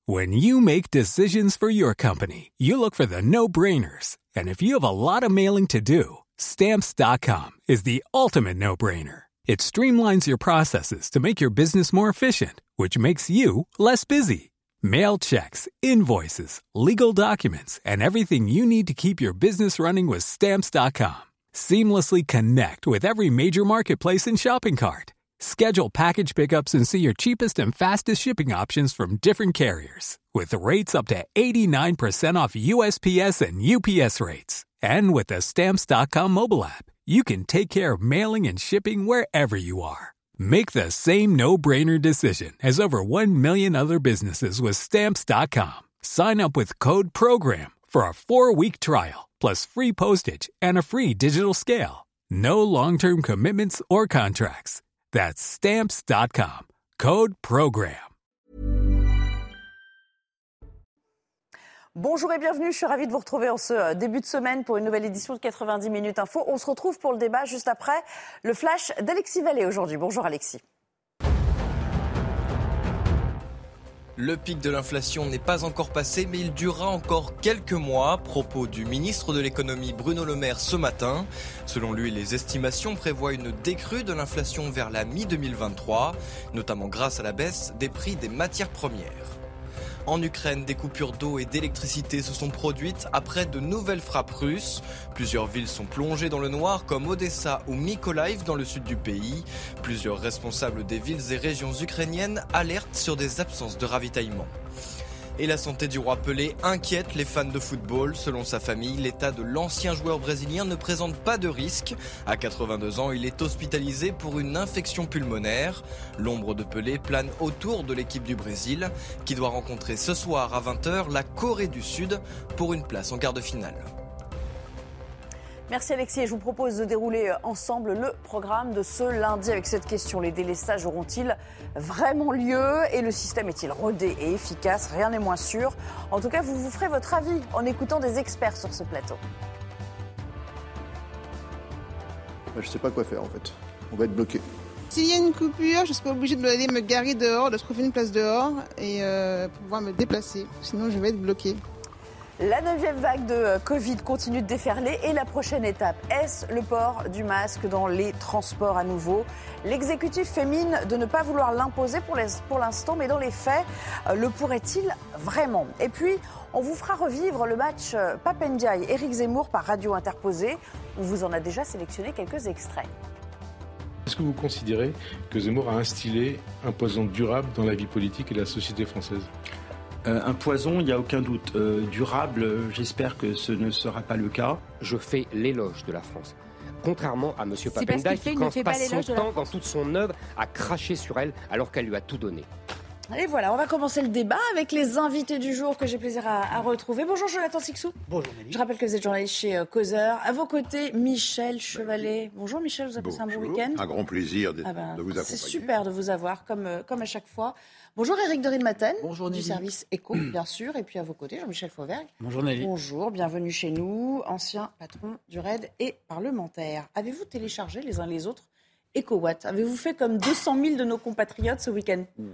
When you make decisions for your company, you look for the no-brainers. And if you have a lot of mailing to do, Stamps.com is the ultimate no-brainer. It streamlines your processes to make your business more efficient, which makes you less busy. Mail checks, invoices, legal documents, and everything you need to keep your business running with Stamps.com. Seamlessly connect with every major marketplace and shopping cart. Schedule package pickups and see your cheapest and fastest shipping options from different carriers. With rates up to 89% off USPS and UPS rates. And with the Stamps.com mobile app, you can take care of mailing and shipping wherever you are. Make the same no-brainer decision as over 1 million other businesses with Stamps.com. Sign up with code PROGRAM for a 4-week trial, plus free postage and a free digital scale. No long-term commitments or contracts. That's Stamps.com. Code PROGRAM. Bonjour et bienvenue, je suis ravie de vous retrouver en ce début de semaine pour une nouvelle édition de 90 minutes info. On se retrouve pour le débat juste après le flash d'Alexis Vallée aujourd'hui. Bonjour Alexis. Le pic de l'inflation n'est pas encore passé, mais il durera encore quelques mois. Propos du ministre de l'économie Bruno Le Maire ce matin. Selon lui, les estimations prévoient une décrue de l'inflation vers la mi-2023, notamment grâce à la baisse des prix des matières premières. En Ukraine, des coupures d'eau et d'électricité se sont produites après de nouvelles frappes russes. Plusieurs villes sont plongées dans le noir comme Odessa ou Mykolaiv dans le sud du pays. Plusieurs responsables des villes et régions ukrainiennes alertent sur des absences de ravitaillement. Et la santé du roi Pelé inquiète les fans de football. Selon sa famille, l'état de l'ancien joueur brésilien ne présente pas de risque. À 82 ans, il est hospitalisé pour une infection pulmonaire. L'ombre de Pelé plane autour de l'équipe du Brésil, qui doit rencontrer ce soir à 20h la Corée du Sud pour une place en quart de finale. Merci Alexis et je vous propose de dérouler ensemble le programme de ce lundi avec cette question. Les délestages auront-ils vraiment lieu et le système est-il rodé et efficace? Rien n'est moins sûr. En tout cas, vous vous ferez votre avis en écoutant des experts sur ce plateau. Je ne sais pas quoi faire en fait. On va être bloqué. S'il y a une coupure, je ne serai pas obligée d'aller me garer dehors, de trouver une place dehors et pouvoir me déplacer. Sinon, je vais être bloquée. La 9e vague de Covid continue de déferler et la prochaine étape, est-ce le port du masque dans les transports à nouveau? L'exécutif fait mine de ne pas vouloir l'imposer pour l'instant, mais dans les faits, le pourrait-il vraiment? Et puis, on vous fera revivre le match Pape Ndiaye-Éric Zemmour par radio interposée. On vous en a déjà sélectionné quelques extraits. Est-ce que vous considérez que Zemmour a instillé un poison durable dans la vie politique et la société française ? Un poison, il n'y a aucun doute. Durable, j'espère que ce ne sera pas le cas. Je fais l'éloge de la France. Contrairement à M. Pape Ndiaye qui passe son temps dans toute son œuvre à cracher sur elle alors qu'elle lui a tout donné. Et voilà, on va commencer le débat avec les invités du jour que j'ai plaisir à retrouver. Bonjour Jonathan Sixou. Bonjour Nelly. Je rappelle que vous êtes journaliste chez Causeur. À vos côtés, Michel Chevalet. Bonjour Michel, vous avez passé un bon week-end? Un grand plaisir de vous accompagner. C'est super de vous avoir, comme à chaque fois. Bonjour Éric de Ritmaten, du service Éco, bien sûr. Et puis à vos côtés, Jean-Michel Fauvergue. Bonjour Nelly. Bonjour, bienvenue chez nous, ancien patron du RAID et parlementaire. Avez-vous téléchargé les uns les autres EcoWatt? Avez-vous fait comme 200 000 de nos compatriotes ce week-end? Non.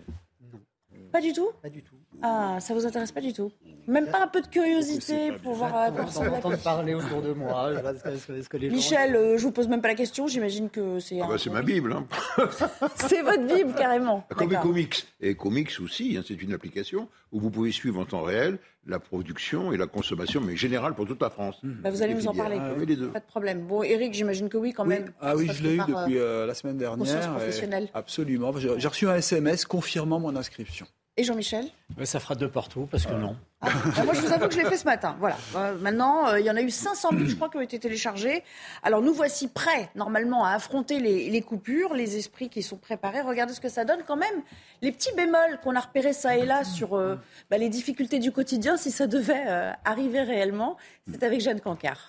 Pas du tout? Pas du tout. Ah, ça vous intéresse pas du tout? Même pas un peu de curiosité pour voir à quoi ressemble la entendre parler autour de moi. Est-ce que les Michel, je vous pose même pas la question, j'imagine que c'est... c'est ma Bible. Hein. C'est votre Bible, carrément. Comme Ecomix. Et Ecomix aussi, c'est une application où vous pouvez suivre en temps réel la production et la consommation, mais générale pour toute la France. Vous allez nous en parler. Les deux. Pas de problème. Bon, Éric, j'imagine que oui, quand même. Ah oui, je l'ai eu depuis la semaine dernière. Professionnelle. Absolument. J'ai reçu un SMS confirmant mon inscription. Et Jean-Michel? Ça fera 2 partout, parce que non. Moi, je vous avoue que je l'ai fait ce matin. Voilà. Maintenant, il y en a eu 500 000, je crois, qui ont été téléchargés. Alors, nous voici prêts, normalement, à affronter les coupures, les esprits qui sont préparés. Regardez ce que ça donne quand même. Les petits bémols qu'on a repérés ça et là sur les difficultés du quotidien, si ça devait arriver réellement, c'est avec Jeanne Cancard.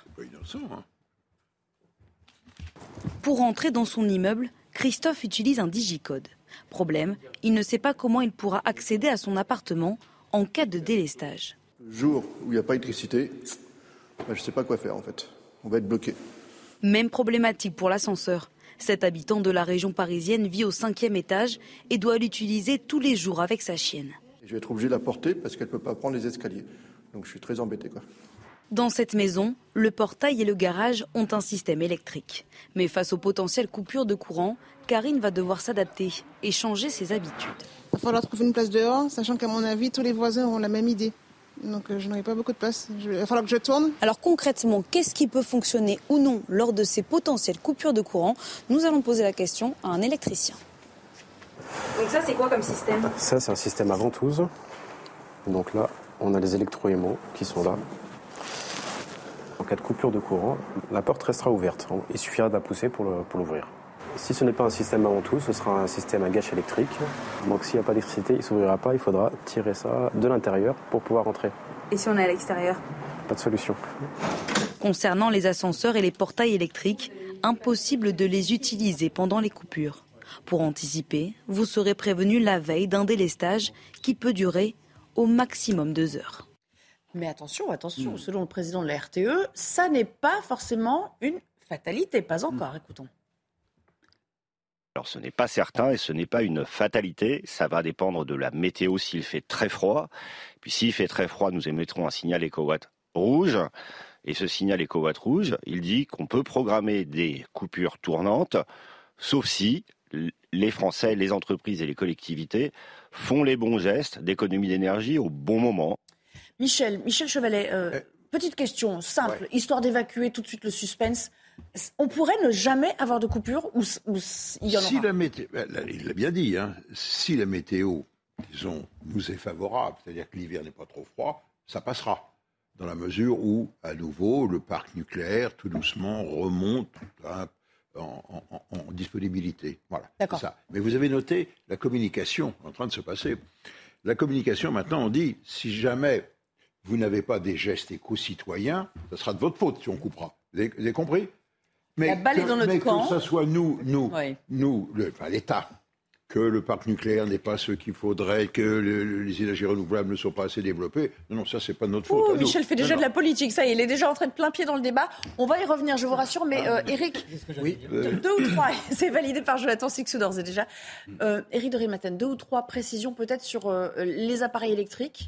Pour rentrer dans son immeuble, Christophe utilise un digicode. Problème, il ne sait pas comment il pourra accéder à son appartement en cas de délestage. Le jour où il n'y a pas d'électricité, je ne sais pas quoi faire en fait. On va être bloqué. Même problématique pour l'ascenseur. Cet habitant de la région parisienne vit au 5e étage et doit l'utiliser tous les jours avec sa chienne. Je vais être obligé de la porter parce qu'elle ne peut pas prendre les escaliers. Donc je suis très embêté, quoi. Dans cette maison, le portail et le garage ont un système électrique. Mais face aux potentielles coupures de courant, Karine va devoir s'adapter et changer ses habitudes. Il va falloir trouver une place dehors, sachant qu'à mon avis, tous les voisins auront la même idée. Donc je n'aurai pas beaucoup de place. Il va falloir que je tourne. Alors concrètement, qu'est-ce qui peut fonctionner ou non lors de ces potentielles coupures de courant? Nous allons poser la question à un électricien. Donc ça, c'est quoi comme système? Ça, c'est un système à ventouse. Donc là, on a les électroaimants qui sont là. En cas de coupure de courant, la porte restera ouverte. Il suffira de la pousser pour l'ouvrir. Si ce n'est pas un système à ventouse, ce sera un système à gâche électrique. Donc s'il n'y a pas d'électricité, il ne s'ouvrira pas, il faudra tirer ça de l'intérieur pour pouvoir rentrer. Et si on est à l'extérieur? Pas de solution. Concernant les ascenseurs et les portails électriques, impossible de les utiliser pendant les coupures. Pour anticiper, vous serez prévenu la veille d'un délestage qui peut durer au maximum 2 heures. Mais attention, selon le président de la RTE, ça n'est pas forcément une fatalité, pas encore, écoutons. Alors ce n'est pas certain et ce n'est pas une fatalité, ça va dépendre de la météo s'il fait très froid. Puis s'il fait très froid, nous émettrons un signal éco-watt rouge. Et ce signal éco-watt rouge, il dit qu'on peut programmer des coupures tournantes, sauf si les Français, les entreprises et les collectivités font les bons gestes d'économie d'énergie au bon moment. Michel Chevalet, petite question simple, histoire d'évacuer tout de suite le suspense. On pourrait ne jamais avoir de coupure ou il y en aura? Il l'a bien dit, si la météo, disons, nous est favorable, c'est-à-dire que l'hiver n'est pas trop froid, ça passera. Dans la mesure où, à nouveau, le parc nucléaire, tout doucement, remonte en disponibilité. Voilà, d'accord. C'est ça. Mais vous avez noté la communication en train de se passer. La communication, maintenant, on dit, si jamais vous n'avez pas des gestes éco-citoyens, ça sera de votre faute si on coupera. Vous avez compris? Mais la balle est dans notre camp. Que ce soit nous, l'État, que le parc nucléaire n'est pas ce qu'il faudrait, que les énergies renouvelables ne sont pas assez développées. Non, ça, c'est pas de notre faute. Michel fait déjà de la politique, ça y est, il est déjà entré de plein pied dans le débat. On va y revenir, je vous rassure, mais Éric, deux ou trois, c'est validé par Jonathan Sixou d'ores et déjà. Éric de Rimaten, 2 ou 3 précisions peut-être sur les appareils électriques.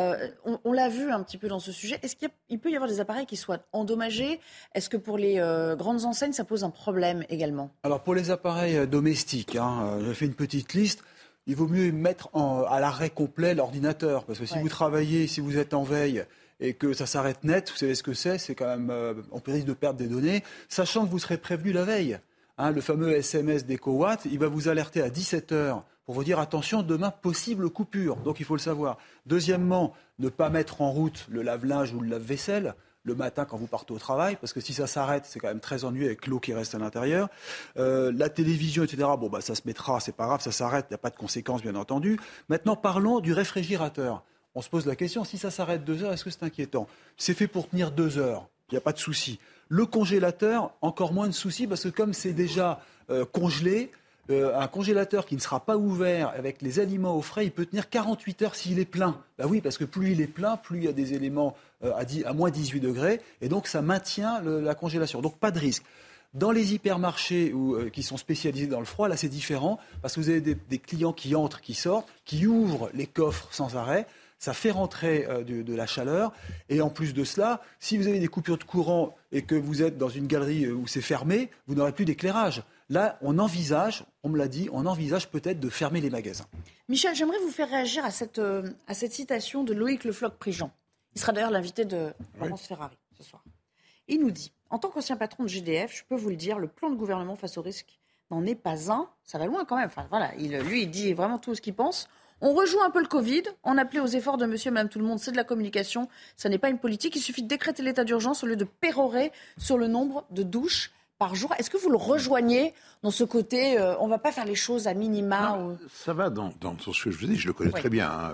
On l'a vu un petit peu dans ce sujet. Est-ce qu'il peut y avoir des appareils qui soient endommagés? Est-ce que pour les grandes enseignes, ça pose un problème également? Alors pour les appareils domestiques, j'ai fait une petite liste. Il vaut mieux mettre à l'arrêt complet l'ordinateur. Parce que si vous travaillez, si vous êtes en veille et que ça s'arrête net, vous savez ce que c'est quand même, on risque de perdre des données, sachant que vous serez prévenu la veille. Le fameux SMS d'EcoWatt, il va vous alerter à 17h pour vous dire attention, demain, possible coupure. Donc il faut le savoir. Deuxièmement, ne pas mettre en route le lave-linge ou le lave-vaisselle le matin quand vous partez au travail, parce que si ça s'arrête, c'est quand même très ennuyeux avec l'eau qui reste à l'intérieur. La télévision, etc., ça se mettra, c'est pas grave, ça s'arrête, il n'y a pas de conséquences, bien entendu. Maintenant, parlons du réfrigérateur. On se pose la question, si ça s'arrête 2 heures, est-ce que c'est inquiétant? C'est fait pour tenir 2 heures, il n'y a pas de souci. Le congélateur, encore moins de soucis, parce que comme c'est déjà congelé, un congélateur qui ne sera pas ouvert avec les aliments au frais, il peut tenir 48 heures s'il est plein. Oui, parce que plus il est plein, plus il y a des éléments à moins 18 degrés, et donc ça maintient la congélation. Donc pas de risque. Dans les hypermarchés qui sont spécialisés dans le froid, là c'est différent, parce que vous avez des clients qui entrent, qui sortent, qui ouvrent les coffres sans arrêt. Ça fait rentrer de la chaleur. Et en plus de cela, si vous avez des coupures de courant et que vous êtes dans une galerie où c'est fermé, vous n'aurez plus d'éclairage. Là, on envisage, on me l'a dit, on envisage peut-être de fermer les magasins. Michel, j'aimerais vous faire réagir à cette citation de Loïc Le Floch-Prigent. Il sera d'ailleurs l'invité de Laurence Ferrari ce soir. Il nous dit, en tant qu'ancien patron de GDF, je peux vous le dire, le plan de gouvernement face au risque n'en est pas un. Ça va loin quand même. Enfin, voilà, il dit vraiment tout ce qu'il pense. On rejoue un peu le Covid, on appelait aux efforts de monsieur et madame tout le monde, c'est de la communication, ça n'est pas une politique, il suffit de décréter l'état d'urgence au lieu de pérorer sur le nombre de douches par jour. Est-ce que vous le rejoignez dans ce côté, on ne va pas faire les choses à minima Ça va dans ce que je vous dis, je le connais très bien,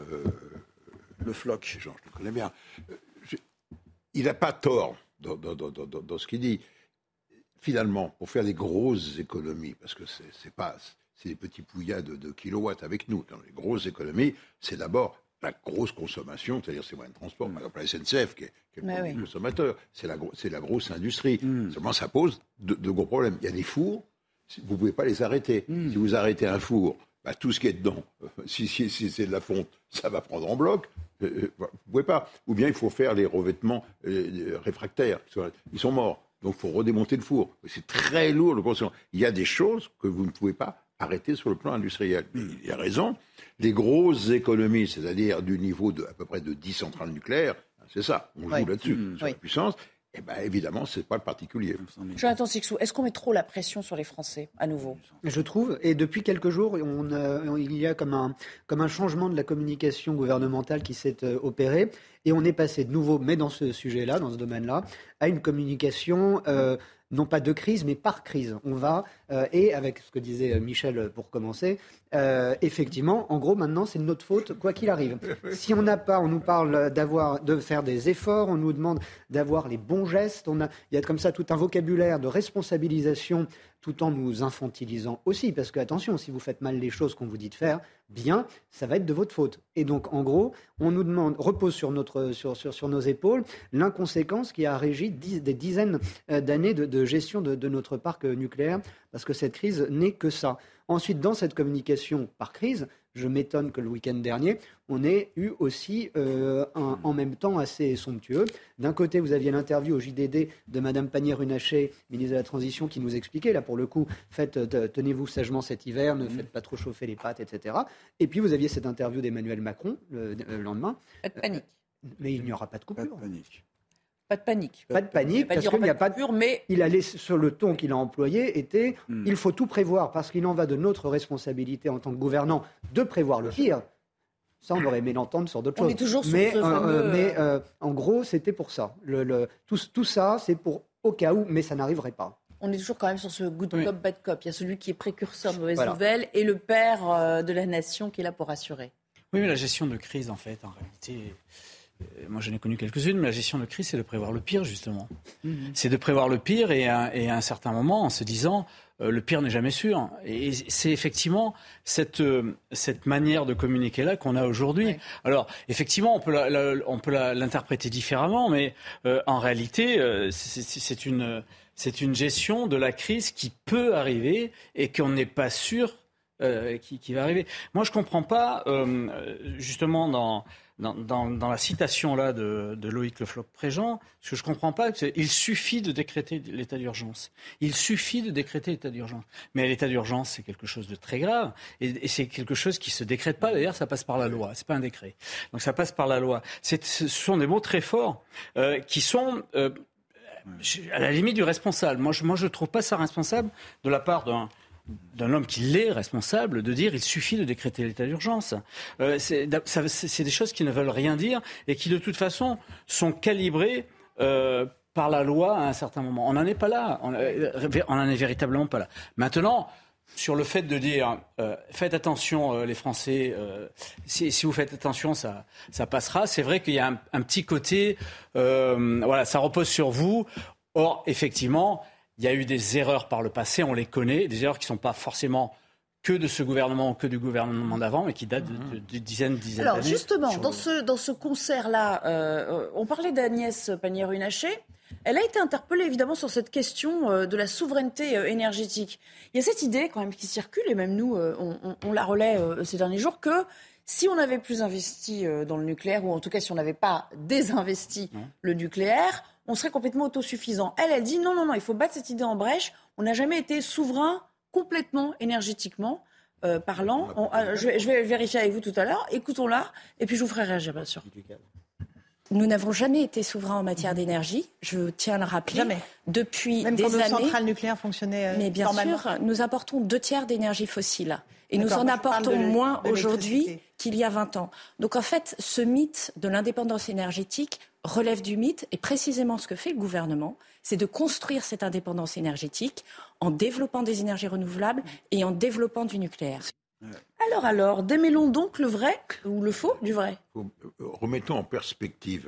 le Floch. Je le connais bien. Il n'a pas tort dans ce qu'il dit. Finalement, pour faire des grosses économies, parce que c'est des petits pouillas de kilowatts avec nous. Dans les grosses économies, c'est d'abord la grosse consommation, c'est-à-dire ces moyens de transport. Par exemple, la SNCF, qui est le premier consommateur, c'est la grosse industrie. Seulement, ça pose de gros problèmes. Il y a des fours, vous ne pouvez pas les arrêter. Si vous arrêtez un four, tout ce qui est dedans, si c'est de la fonte, ça va prendre en bloc. Vous ne pouvez pas. Ou bien il faut faire les revêtements réfractaires. Ils sont morts. Donc il faut redémonter le four. C'est très lourd de construction. Il y a des choses que vous ne pouvez pas arrêter sur le plan industriel. Mais il a raison. Les grosses économies, c'est-à-dire du niveau à peu près de 10 centrales nucléaires, c'est ça. On joue là-dessus, sur la puissance. Eh bien, évidemment, ce n'est pas le particulier. Jonathan Sicsou, est-ce qu'on met trop la pression sur les Français, à nouveau ? Je trouve, et depuis quelques jours, il y a comme un changement de la communication gouvernementale qui s'est opéré, et on est passé de nouveau, mais dans ce sujet-là, dans ce domaine-là, à une communication non pas de crise, mais par crise. On va, et avec ce que disait Michel pour commencer, effectivement, en gros, maintenant, c'est de notre faute, quoi qu'il arrive. Si on n'a pas, on nous parle de faire des efforts, on nous demande d'avoir les bons gestes. Il y a comme ça tout un vocabulaire de responsabilisation tout en nous infantilisant aussi. Parce que, attention, si vous faites mal les choses qu'on vous dit de faire, bien, ça va être de votre faute. Et donc, en gros, on nous demande, repose sur nos épaules l'inconséquence qui a régi des dizaines d'années de gestion de notre parc nucléaire, parce que cette crise n'est que ça. Ensuite, dans cette communication par crise, je m'étonne que le week-end dernier, on ait eu aussi en même temps assez somptueux. D'un côté, vous aviez l'interview au JDD de Mme Pannier-Runacher, ministre de la Transition, qui nous expliquait, là pour le coup, tenez-vous sagement cet hiver, ne faites pas trop chauffer les pattes, etc. Et puis vous aviez cette interview d'Emmanuel Macron le lendemain. Pas de panique. Mais il n'y aura pas de coupure. Pas de panique. Pas de panique. Pas de panique, parce qu'il n'y a pas de coupure, mais il allait sur le ton qu'il a employé était il faut tout prévoir, parce qu'il en va de notre responsabilité en tant que gouvernant de prévoir le pire. Ça, on aurait aimé l'entendre sur d'autres choses. On est toujours sur ce fameux... Mais en gros, c'était pour ça. Tout ça, c'est pour au cas où, mais ça n'arriverait pas. On est toujours quand même sur ce good cop, bad cop. Il y a celui qui est précurseur de mauvaises nouvelles et le père de la nation qui est là pour rassurer. Oui, mais la gestion de crise, en fait, en réalité... Moi, j'en ai connu quelques-unes, mais la gestion de crise, c'est de prévoir le pire, justement. C'est de prévoir le pire et à un certain moment, en se disant, le pire n'est jamais sûr. Et c'est effectivement cette manière de communiquer là qu'on a aujourd'hui. Ouais. Alors, effectivement, on peut l'interpréter différemment, mais en réalité, c'est une gestion de la crise qui peut arriver et qu'on n'est pas sûr qui va arriver. Moi, je comprends pas, justement, dans la citation là de Loïc Le Floch-Préjean, ce que je ne comprends pas, c'est qu'il suffit de décréter l'état d'urgence. Il suffit de décréter l'état d'urgence. Mais l'état d'urgence, c'est quelque chose de très grave. Et c'est quelque chose qui ne se décrète pas. D'ailleurs, ça passe par la loi. Ce n'est pas un décret. Donc ça passe par la loi. Ce sont des mots très forts qui sont à la limite du responsable. Moi, je ne trouve pas ça responsable de la part d'un homme qui l'est responsable, de dire il suffit de décréter l'état d'urgence. C'est des choses qui ne veulent rien dire et qui de toute façon sont calibrées par la loi à un certain moment. On n'en est pas là, on n'en est véritablement pas là. Maintenant, sur le fait de dire faites attention les Français, si vous faites attention ça passera, c'est vrai qu'il y a un petit côté, ça repose sur vous. Or, effectivement, il y a eu des erreurs par le passé, on les connaît, des erreurs qui ne sont pas forcément que de ce gouvernement ou que du gouvernement d'avant, mais qui datent de dizaines d'années. Alors justement, dans ce concert-là, on parlait d'Agnès Pannier-Runacher. Elle a été interpellée évidemment sur cette question de la souveraineté énergétique. Il y a cette idée quand même qui circule, et même nous, on la relaie ces derniers jours, que si on avait plus investi dans le nucléaire, ou en tout cas si on n'avait pas désinvesti le nucléaire, on serait complètement autosuffisant. Elle dit non, il faut battre cette idée en brèche. On n'a jamais été souverain complètement énergétiquement parlant. Je vais vérifier avec vous tout à l'heure. Écoutons-la et puis je vous ferai réagir, bien sûr. Nous n'avons jamais été souverains en matière d'énergie, je tiens à le rappeler. Jamais. Depuis même des années. Même quand nos centrales nucléaires fonctionnaient mais bien normalement. Sûr, nous importons 2/3 d'énergie fossile. Et nous en apportons moins aujourd'hui qu'il y a 20 ans. Donc en fait, ce mythe de l'indépendance énergétique relève du mythe. Et précisément ce que fait le gouvernement, c'est de construire cette indépendance énergétique en développant des énergies renouvelables et en développant du nucléaire. Alors, démêlons donc le vrai ou le faux du vrai. Remettons en perspective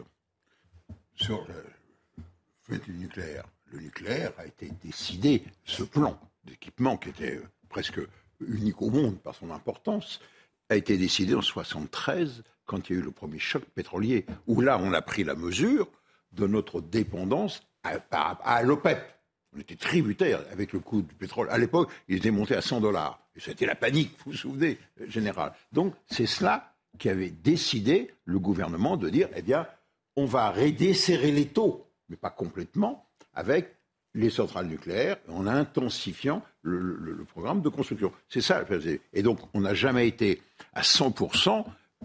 sur le fait du nucléaire. Le nucléaire a été décidé, ce plan d'équipement qui était presque unique au monde par son importance, a été décidé en 1973 quand il y a eu le premier choc pétrolier, où là on a pris la mesure de notre dépendance à l'OPEP. On était tributaire avec le coût du pétrole. À l'époque, il était monté à $100. Et c'était la panique, vous vous souvenez, générale. Donc, c'est cela qui avait décidé le gouvernement de dire, on va redesserrer les taux, mais pas complètement, avec les centrales nucléaires, en intensifiant le programme de construction. C'est ça. Et donc, on n'a jamais été à 100%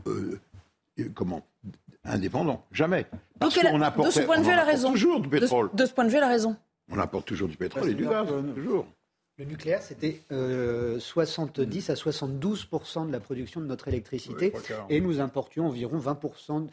indépendant. Jamais. Parce qu'on apporte, de ce point de vue, elle a raison. Toujours du pétrole. De ce point de vue, elle a raison. On apporte toujours du pétrole et du gaz, toujours. Le nucléaire, c'était 70 à 72% de la production de notre électricité. Et nous importions environ 20%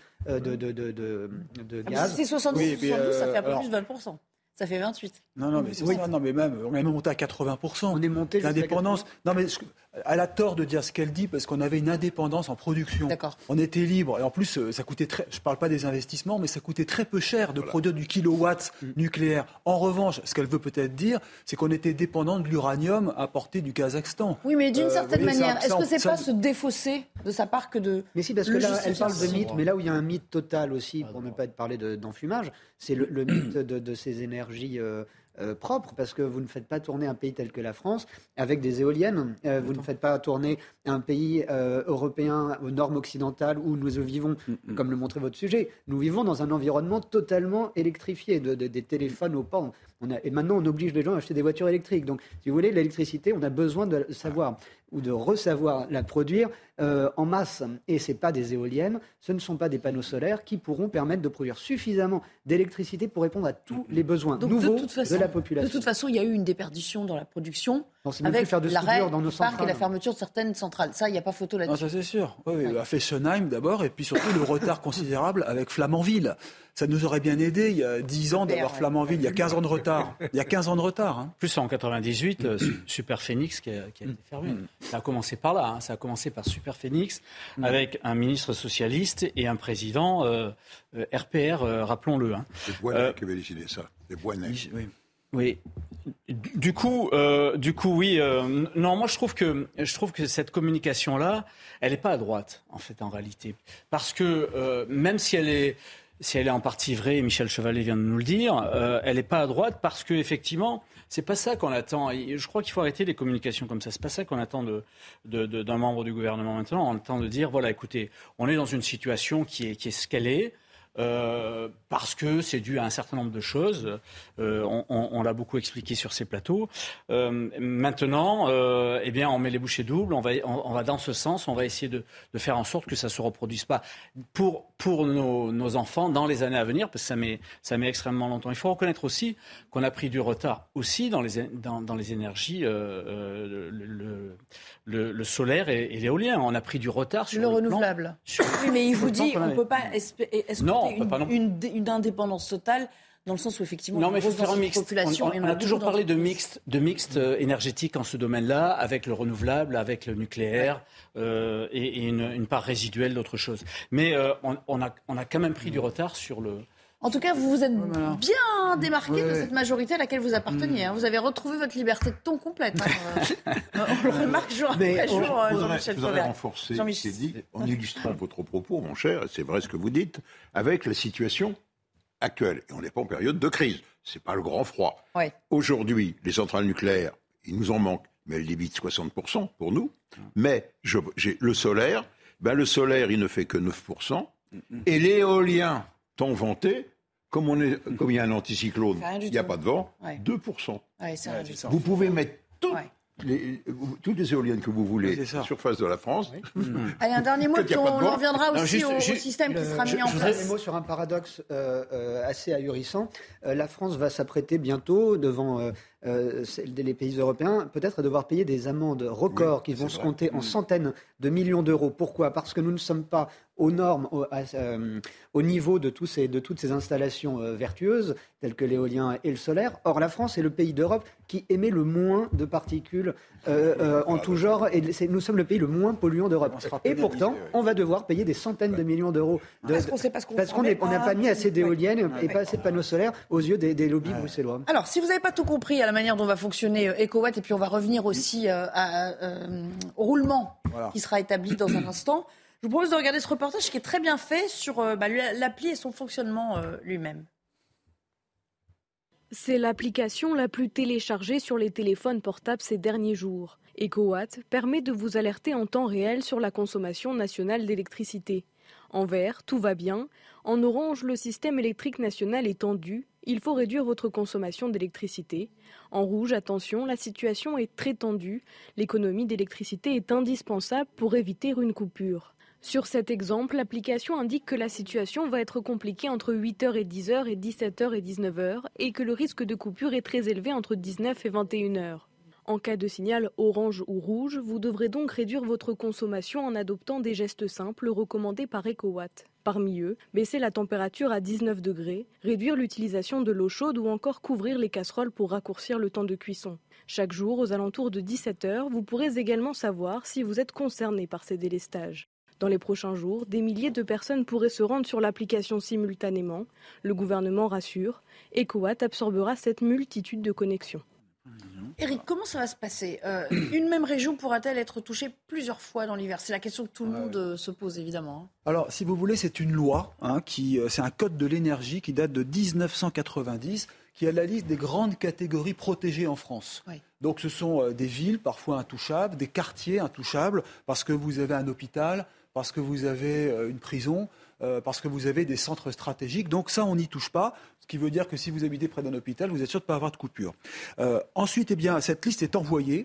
de gaz. Si c'est 70 ou 72, ça fait un peu plus de 20%. Ça fait 28. Non, mais c'est ça. Non, mais même, on est même monté à 80%. On est monté l'indépendance. Non, mais elle a tort de dire ce qu'elle dit parce qu'on avait une indépendance en production. D'accord. On était libre. Et en plus, ça coûtait très. Je ne parle pas des investissements, mais ça coûtait très peu cher de produire du kilowatt nucléaire. En revanche, ce qu'elle veut peut-être dire, c'est qu'on était dépendant de l'uranium importé du Kazakhstan. Oui, mais d'une certaine manière, est-ce que c'est pas se défausser de sa part que de. Mais si, parce que là, elle parle de mythe, mais là où il y a un mythe total aussi, pour ne pas parler d'enfumage, c'est le mythe de ces énergies propres, parce que vous ne faites pas tourner un pays tel que la France avec des éoliennes. Vous ne faites pas tourner un pays européen aux normes occidentales où nous vivons, comme le montrait votre sujet. Nous vivons dans un environnement totalement électrifié, des téléphones aux pans. Et maintenant, on oblige les gens à acheter des voitures électriques. Donc, si vous voulez, l'électricité, on a besoin de savoir ou de ressavoir la produire en masse. Et ce n'est pas des éoliennes, ce ne sont pas des panneaux solaires qui pourront permettre de produire suffisamment d'électricité pour répondre à tous les besoins nouveaux de la population. De toute façon, il y a eu une déperdition dans la production avec l'arrêt du parc et la fermeture de certaines centrales. Ça, il n'y a pas photo là-dessus. Non, ça c'est sûr. Oui, à Fessenheim d'abord, et puis surtout le retard considérable avec Flamanville. Ça nous aurait bien aidé il y a 10 ans d'avoir Flamanville. Il y a 15 ans de retard. Il y a 15 ans de retard. Hein. Plus en 98, Super Phoenix qui a été fermé. Ça a commencé par là. Ça a commencé par Super Phoenix avec un ministre socialiste et un président RPR, rappelons-le. C'est Boinet qui avait décidé ça. C'est Boinet. Oui. Du coup, oui. Non, moi je trouve que cette communication-là, elle n'est pas à droite, en fait, en réalité, parce que même si elle est en partie vraie, et Michel Chevalet vient de nous le dire, elle n'est pas à droite parce que effectivement, c'est pas ça qu'on attend. Et je crois qu'il faut arrêter les communications comme ça. C'est pas ça qu'on attend d'un membre du gouvernement maintenant. On attend de dire voilà, écoutez, on est dans une situation qui est ce qu'elle est. Parce que c'est dû à un certain nombre de choses. On l'a beaucoup expliqué sur ces plateaux. Maintenant, on met les bouchées doubles. On va dans ce sens. On va essayer de faire en sorte que ça ne se reproduise pas pour nos enfants dans les années à venir, parce que ça met extrêmement longtemps. Il faut reconnaître aussi qu'on a pris du retard aussi dans les énergies, le solaire et l'éolien. On a pris du retard sur le renouvelable. Oui, mais il vous dit qu'on ne peut pas une indépendance totale dans le sens où effectivement non, mais il faut faire un mixte. On a toujours parlé de mixte énergétique en ce domaine-là, avec le renouvelable, avec le nucléaire et une part résiduelle d'autre chose. Mais on a quand même pris du retard sur le. En tout cas, vous vous êtes bien démarqué de cette majorité à laquelle vous apparteniez. Vous avez retrouvé votre liberté de ton complète. On le remarque jour après jour, Jean-Michel Fauvergue. Vous avez renforcé ce qui est dit en illustrant votre propos, mon cher, c'est vrai ce que vous dites, avec la situation actuelle. Et on n'est pas en période de crise. C'est pas le grand froid. Ouais. Aujourd'hui, les centrales nucléaires, il nous en manque, mais elles limitent 60% pour nous. Mais j'ai le solaire, il ne fait que 9%. Et l'éolien, tant vanté, comme il y a un anticyclone, il n'y a pas de vent, 2%. Ouais, vous pouvez mettre toutes les éoliennes que vous voulez à la surface de la France. Allez, un dernier mot, puis on reviendra aussi au système qui sera mis en place. Je voudrais un mot sur un paradoxe assez ahurissant. La France va s'apprêter bientôt devant les pays européens, peut-être à devoir payer des amendes records qui vont se compter en centaines de millions d'euros. Pourquoi ? Parce que nous ne sommes pas aux normes, au niveau de toutes ces installations vertueuses, telles que l'éolien et le solaire. Or, la France est le pays d'Europe qui émet le moins de particules en tout genre, et nous sommes le pays le moins polluant d'Europe. Et pourtant, on va devoir payer des centaines de millions d'euros. Parce qu'on n'a pas mis assez d'éoliennes et pas assez de panneaux solaires aux yeux des lobbies bruxellois. Alors, si vous n'avez pas tout compris à la manière dont va fonctionner EcoWatt, et puis on va revenir aussi au roulement qui sera établi dans un instant, je vous propose de regarder ce reportage qui est très bien fait sur l'appli et son fonctionnement lui-même. C'est l'application la plus téléchargée sur les téléphones portables ces derniers jours. EcoWatt permet de vous alerter en temps réel sur la consommation nationale d'électricité. En vert, tout va bien. En orange, le système électrique national est tendu. Il faut réduire votre consommation d'électricité. En rouge, attention, la situation est très tendue. L'économie d'électricité est indispensable pour éviter une coupure. Sur cet exemple, l'application indique que la situation va être compliquée entre 8h et 10h et 17h et 19h et que le risque de coupure est très élevé entre 19 et 21h. En cas de signal orange ou rouge, vous devrez donc réduire votre consommation en adoptant des gestes simples recommandés par EcoWatt. Parmi eux, baisser la température à 19 degrés, réduire l'utilisation de l'eau chaude ou encore couvrir les casseroles pour raccourcir le temps de cuisson. Chaque jour, aux alentours de 17h, vous pourrez également savoir si vous êtes concerné par ces délestages. Dans les prochains jours, des milliers de personnes pourraient se rendre sur l'application simultanément. Le gouvernement rassure, EcoWatt absorbera cette multitude de connexions. Éric, comment ça va se passer ? Une même région pourra-t-elle être touchée plusieurs fois dans l'hiver ? C'est la question que tout le monde se pose, évidemment. Alors, si vous voulez, c'est une loi, c'est un code de l'énergie qui date de 1990, qui a la liste des grandes catégories protégées en France. Oui. Donc, ce sont des villes parfois intouchables, des quartiers intouchables, parce que vous avez un hôpital, parce que vous avez une prison, parce que vous avez des centres stratégiques. Donc ça, on n'y touche pas, ce qui veut dire que si vous habitez près d'un hôpital, vous êtes sûr de ne pas avoir de coupure. Ensuite, cette liste est envoyée.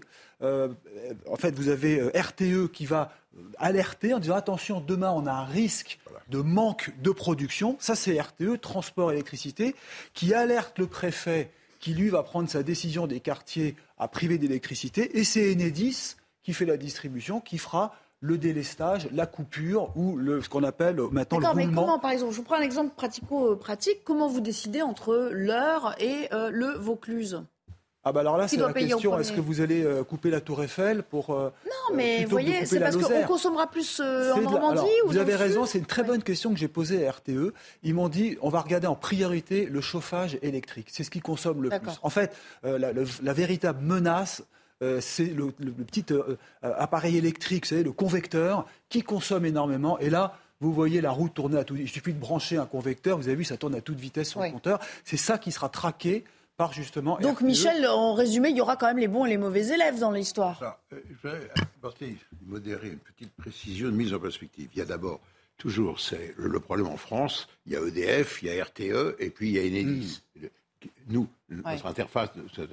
En fait, vous avez RTE qui va alerter en disant attention, demain, on a un risque de manque de production. Ça, c'est RTE, Transport Électricité, qui alerte le préfet qui, lui, va prendre sa décision des quartiers à priver d'électricité. Et c'est Enedis qui fait la distribution, qui fera le délestage, la coupure ou ce qu'on appelle maintenant le roulement. Mais comment, par exemple, je vous prends un exemple pratico-pratique, comment vous décidez entre l'Eure et le Vaucluse ? Alors là, c'est la question, est-ce que vous allez couper la Tour Eiffel pour... non, mais vous voyez, c'est parce qu'on consommera plus en Normandie ou vous avez raison, c'est une très bonne question que j'ai posée à RTE. Ils m'ont dit, on va regarder en priorité le chauffage électrique. C'est ce qui consomme le plus. En fait, la véritable menace... c'est le petit appareil électrique, vous savez, le convecteur, qui consomme énormément. Et là, vous voyez la roue tourner à tout. Il suffit de brancher un convecteur, vous avez vu, ça tourne à toute vitesse sur le compteur. C'est ça qui sera traqué par justement Donc RTE. Michel, en résumé, il y aura quand même les bons et les mauvais élèves dans l'histoire. Je vais apporter, modérer une petite précision, une mise en perspective. Il y a d'abord, toujours, c'est le problème en France, il y a EDF, il y a RTE, et puis il y a Enedis. Nous, notre interface...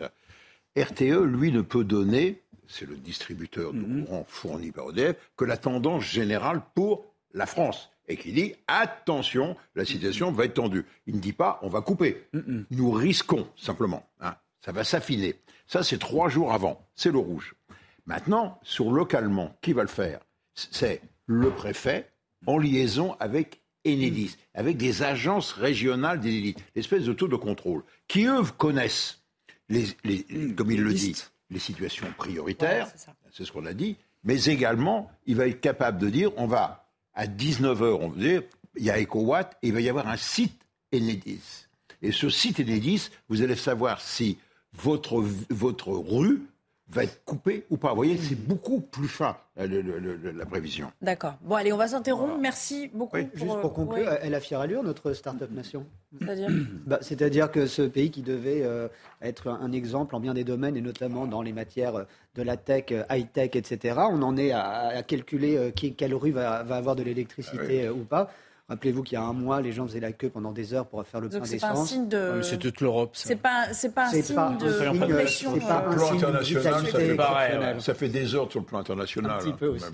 RTE, lui, ne peut donner, c'est le distributeur de courant fourni par EDF, que la tendance générale pour la France. Et qui dit, attention, la situation va être tendue. Il ne dit pas, on va couper. Nous risquons, simplement. Ça va s'affiner. Ça, c'est 3 jours avant. C'est le rouge. Maintenant, localement, qui va le faire ? C'est le préfet en liaison avec Enedis, avec des agences régionales d'Enedis, l'espèce de taux de contrôle, qui, eux, connaissent comme il le dit, les situations prioritaires, c'est ce qu'on a dit, mais également, il va être capable de dire, on va, à 19h, on va dire, il y a EcoWatt, et il va y avoir un site Enedis. Et ce site Enedis, vous allez savoir si votre rue va être coupée ou pas. Vous voyez, c'est beaucoup plus fin, la prévision. D'accord. Bon, allez, on va s'interrompre. Voilà. Merci beaucoup. Oui, juste pour conclure, elle a fière allure, notre start-up nation. C'est-à-dire c'est-à-dire que ce pays qui devait être un exemple en bien des domaines, et notamment dans les matières de la tech, high-tech, etc., on en est à calculer quelle rue va avoir de l'électricité ou pas. Rappelez-vous qu'il y a un mois, les gens faisaient la queue pendant des heures pour faire le plein d'essence. C'est pas un signe de... C'est toute l'Europe, ça. C'est pas un signe de pression. C'est pas un plan international, ça fait des heures sur le plan international. Un petit peu aussi.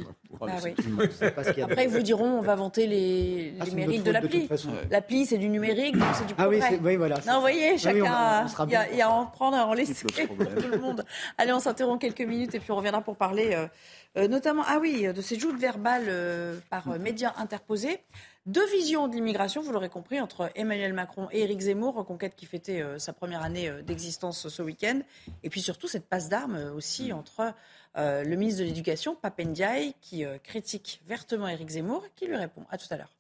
Après, ils vous diront, on va vanter les mérites de l'appli. L'appli, c'est du numérique, donc c'est du progrès. Oui, voilà. Non, vous voyez, chacun, il y a à en prendre, à en laisser pour tout le monde. Allez, on s'interrompt quelques minutes et puis on reviendra pour parler notamment, de ces joutes verbales par médias interposés. 2 visions de l'immigration, vous l'aurez compris, entre Emmanuel Macron et Éric Zemmour, Reconquête qui fêtait sa première année d'existence ce week-end. Et puis surtout, cette passe d'armes aussi entre le ministre de l'Éducation, Pape Ndiaye, qui critique vertement Éric Zemmour, qui lui répond. À tout à l'heure.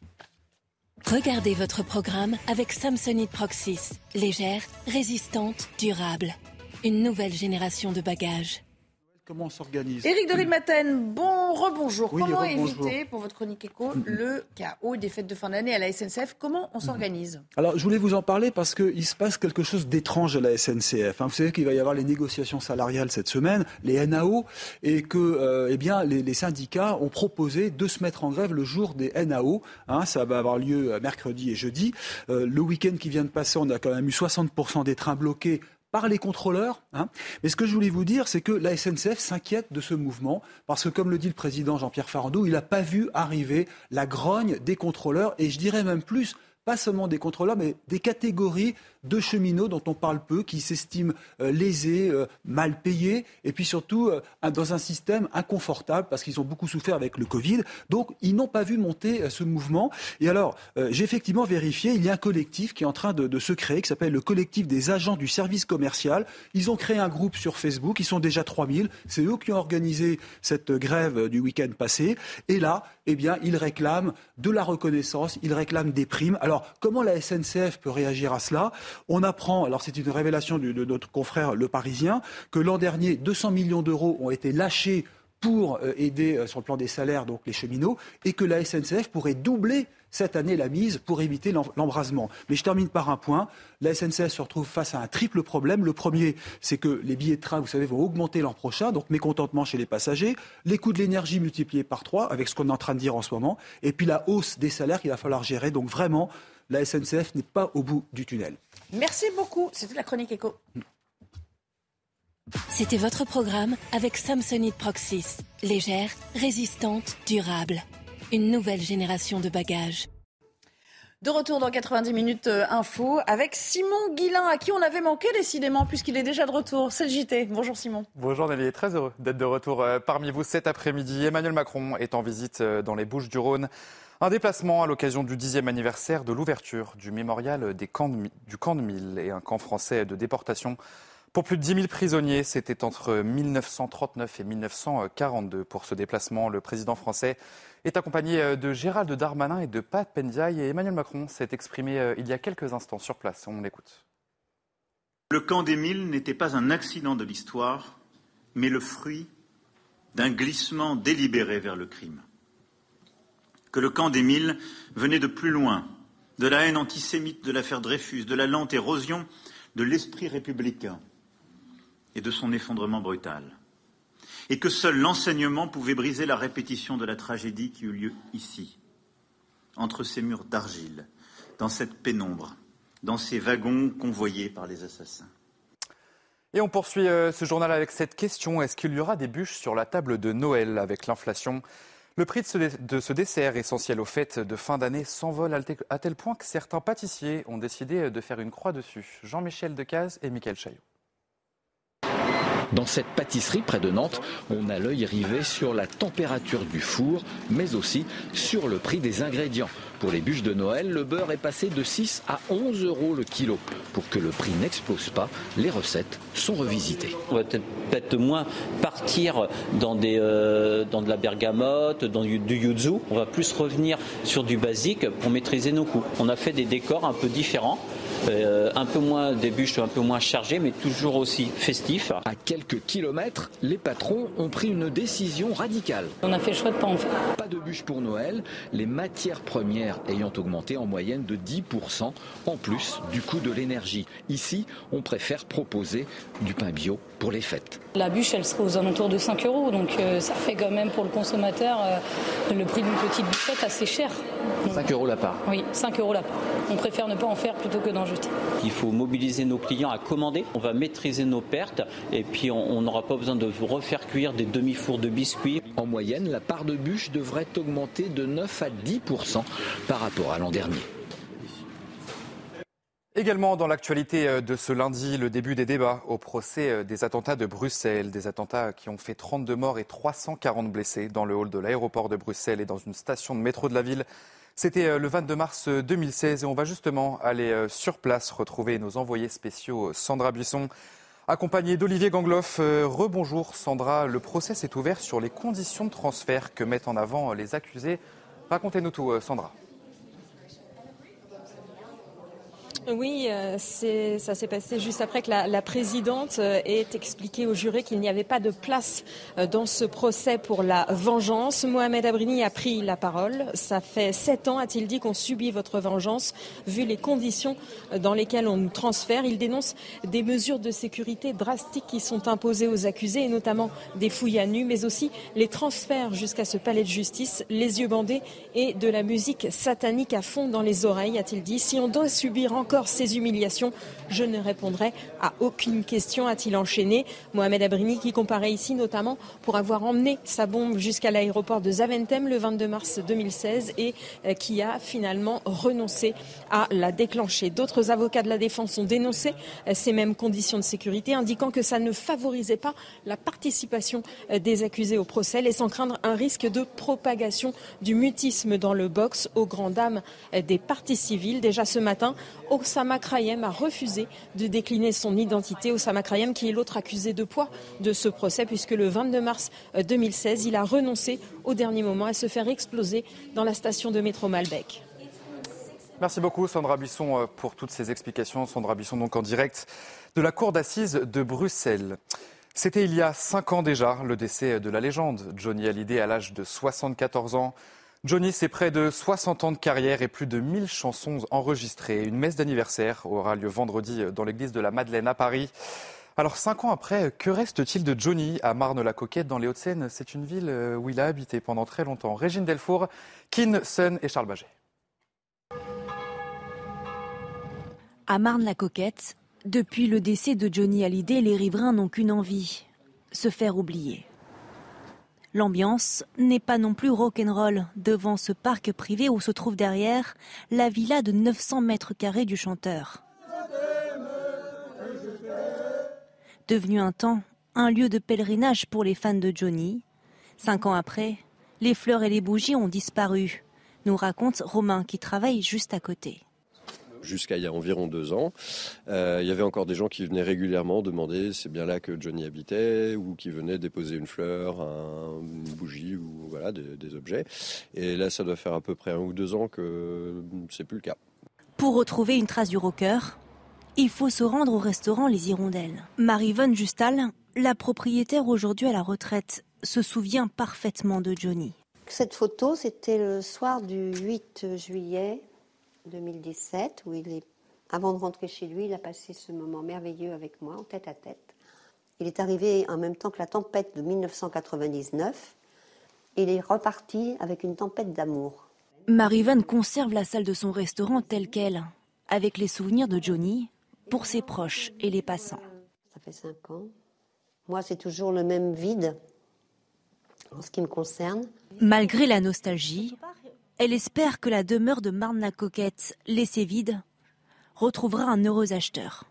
Regardez votre programme avec Samsonite Proxys. Légère, résistante, durable. Une nouvelle génération de bagages. comment on s'organise. Éric de Ritmaten, rebonjour. Oui, Comment éviter, pour votre chronique éco, le chaos des fêtes de fin d'année à la SNCF? Comment on s'organise? Alors, je voulais vous en parler parce qu'il se passe quelque chose d'étrange à la SNCF. Vous savez qu'il va y avoir les négociations salariales cette semaine, les NAO, et que les syndicats ont proposé de se mettre en grève le jour des NAO. Ça va avoir lieu mercredi et jeudi. Le week-end qui vient de passer, on a quand même eu 60% des trains bloqués par les contrôleurs. Mais ce que je voulais vous dire, c'est que la SNCF s'inquiète de ce mouvement, parce que, comme le dit le président Jean-Pierre Farandou, il n'a pas vu arriver la grogne des contrôleurs, et je dirais même plus, pas seulement des contrôleurs, mais des catégories de cheminots dont on parle peu, qui s'estiment lésés, mal payés, et puis surtout dans un système inconfortable, parce qu'ils ont beaucoup souffert avec le Covid. Donc, ils n'ont pas vu monter ce mouvement. Et alors, j'ai effectivement vérifié, il y a un collectif qui est en train de se créer, qui s'appelle le collectif des agents du service commercial. Ils ont créé un groupe sur Facebook, ils sont déjà 3000. C'est eux qui ont organisé cette grève du week-end passé. Et là, ils réclament de la reconnaissance, ils réclament des primes. Alors, comment la SNCF peut réagir à cela ? On apprend, alors c'est une révélation de notre confrère Le Parisien, que l'an dernier, 200 millions d'euros ont été lâchés pour aider sur le plan des salaires donc les cheminots, et que la SNCF pourrait doubler cette année la mise pour éviter l'embrasement. Mais je termine par un point. La SNCF se retrouve face à un triple problème. Le premier, c'est que les billets de train, vous savez, vont augmenter l'an prochain, donc mécontentement chez les passagers. Les coûts de l'énergie multipliés par 3, avec ce qu'on est en train de dire en ce moment. Et puis la hausse des salaires qu'il va falloir gérer. Donc vraiment, la SNCF n'est pas au bout du tunnel. Merci beaucoup. C'était la chronique éco. C'était votre programme avec Samsonite Proxys. Légère, résistante, durable. Une nouvelle génération de bagages. De retour dans 90 minutes info avec Simon Guillain, à qui on avait manqué décidément puisqu'il est déjà de retour. C'est le JT. Bonjour Simon. Bonjour Nelly, très heureux d'être de retour parmi vous cet après-midi. Emmanuel Macron est en visite dans les Bouches-du-Rhône. Un déplacement à l'occasion du 10e anniversaire de l'ouverture du mémorial du camp de Mille et un camp français de déportation. Pour plus de 10 000 prisonniers, c'était entre 1939 et 1942. Pour ce déplacement, le président français est accompagné de Gérald Darmanin et de Pape Ndiaye. Et Emmanuel Macron s'est exprimé il y a quelques instants sur place. On l'écoute. Le camp des Mille n'était pas un accident de l'histoire, mais le fruit d'un glissement délibéré vers le crime. Que le camp des Mille venait de plus loin, de la haine antisémite de l'affaire Dreyfus, de la lente érosion de l'esprit républicain et de son effondrement brutal. Et que seul l'enseignement pouvait briser la répétition de la tragédie qui eut lieu ici, entre ces murs d'argile, dans cette pénombre, dans ces wagons convoyés par les assassins. Et on poursuit ce journal avec cette question. Est-ce qu'il y aura des bûches sur la table de Noël avec l'inflation ? Le prix de ce dessert essentiel aux fêtes de fin d'année s'envole à tel point que certains pâtissiers ont décidé de faire une croix dessus. Jean-Michel Decaze et Mickaël Chaillot. Dans cette pâtisserie près de Nantes, on a l'œil rivé sur la température du four, mais aussi sur le prix des ingrédients. Pour les bûches de Noël, le beurre est passé de 6 à 11 euros le kilo. Pour que le prix n'explose pas, les recettes sont revisitées. On va peut-être moins partir dans de la bergamote, dans du yuzu. On va plus revenir sur du basique pour maîtriser nos coûts. On a fait des décors un peu différents. Un peu moins des bûches, un peu moins chargées, mais toujours aussi festifs. À quelques kilomètres, les patrons ont pris une décision radicale. On a fait le choix de pas en faire. Pas de bûches pour Noël, les matières premières ayant augmenté en moyenne de 10%, en plus du coût de l'énergie. Ici, on préfère proposer du pain bio pour les fêtes. La bûche, elle serait aux alentours de 5 euros, donc ça fait quand même pour le consommateur le prix d'une petite bûchette assez cher. 5 euros la part. Oui, 5 euros la part. On préfère ne pas en faire plutôt que d'en jeter. Il faut mobiliser nos clients à commander. On va maîtriser nos pertes et puis on n'aura pas besoin de refaire cuire des demi-fours de biscuits. En moyenne, la part de bûche devrait augmenter de 9 à 10% par rapport à l'an dernier. Également dans l'actualité de ce lundi, le début des débats au procès des attentats de Bruxelles. Des attentats qui ont fait 32 morts et 340 blessés dans le hall de l'aéroport de Bruxelles et dans une station de métro de la ville. C'était le 22 mars 2016 et on va justement aller sur place retrouver nos envoyés spéciaux Sandra Buisson, accompagnée d'Olivier Gangloff. Rebonjour Sandra, le procès s'est ouvert sur les conditions de transfert que mettent en avant les accusés. Racontez-nous tout Sandra. Oui, ça s'est passé juste après que la présidente ait expliqué au juré qu'il n'y avait pas de place dans ce procès pour la vengeance. Mohamed Abrini a pris la parole. Ça fait 7 ans, a-t-il dit, qu'on subit votre vengeance, vu les conditions dans lesquelles on nous transfère. Il dénonce des mesures de sécurité drastiques qui sont imposées aux accusés, et notamment des fouilles à nu, mais aussi les transferts jusqu'à ce palais de justice, les yeux bandés et de la musique satanique à fond dans les oreilles, a-t-il dit. Si on doit subir encore ces humiliations, je ne répondrai à aucune question, a-t-il enchaîné. Mohamed Abrini qui comparaît ici notamment pour avoir emmené sa bombe jusqu'à l'aéroport de Zaventem le 22 mars 2016 et qui a finalement renoncé à la déclencher. D'autres avocats de la défense ont dénoncé ces mêmes conditions de sécurité, indiquant que ça ne favorisait pas la participation des accusés au procès, laissant craindre un risque de propagation du mutisme dans le box aux grandes dames des parties civiles. Déjà ce matin, Oussama Krayem a refusé de décliner son identité. Oussama Krayem qui est l'autre accusé de poids de ce procès, puisque le 22 mars 2016, il a renoncé au dernier moment à se faire exploser dans la station de métro Malbec. Merci beaucoup Sandra Buisson pour toutes ces explications. Sandra Buisson donc en direct de la cour d'assises de Bruxelles. C'était il y a 5 ans déjà le décès de la légende Johnny Hallyday à l'âge de 74 ans. Johnny, c'est près de 60 ans de carrière et plus de 1000 chansons enregistrées. Une messe d'anniversaire aura lieu vendredi dans l'église de la Madeleine à Paris. Alors 5 ans après, que reste-t-il de Johnny à Marne-la-Coquette dans les Hauts-de-Seine? C'est une ville où il a habité pendant très longtemps. Régine Delfour, Kin Sun et Charles Baget. À Marne-la-Coquette, depuis le décès de Johnny Hallyday, les riverains n'ont qu'une envie, se faire oublier. L'ambiance n'est pas non plus rock'n'roll devant ce parc privé où se trouve derrière la villa de 900 mètres carrés du chanteur. Devenu un temps un lieu de pèlerinage pour les fans de Johnny, 5 ans après, les fleurs et les bougies ont disparu, nous raconte Romain qui travaille juste à côté. Jusqu'à il y a environ 2 ans, il y avait encore des gens qui venaient régulièrement demander c'est bien là que Johnny habitait, ou qui venaient déposer une fleur, une bougie ou voilà des objets. Et là, ça doit faire à peu près 1 ou 2 ans que c'est plus le cas. Pour retrouver une trace du rocker, il faut se rendre au restaurant Les Hirondelles. Marie-Vonne Justal, la propriétaire aujourd'hui à la retraite, se souvient parfaitement de Johnny. Cette photo, c'était le soir du 8 juillet 2017, où avant de rentrer chez lui, il a passé ce moment merveilleux avec moi, en tête à tête. Il est arrivé en même temps que la tempête de 1999, et il est reparti avec une tempête d'amour. Marie-Vonne conserve la salle de son restaurant telle qu'elle, avec les souvenirs de Johnny, pour ses proches et les passants. Ça fait 5 ans. Moi, c'est toujours le même vide, en ce qui me concerne. Malgré la nostalgie, elle espère que la demeure de Marne-la-Coquette, laissée vide, retrouvera un heureux acheteur.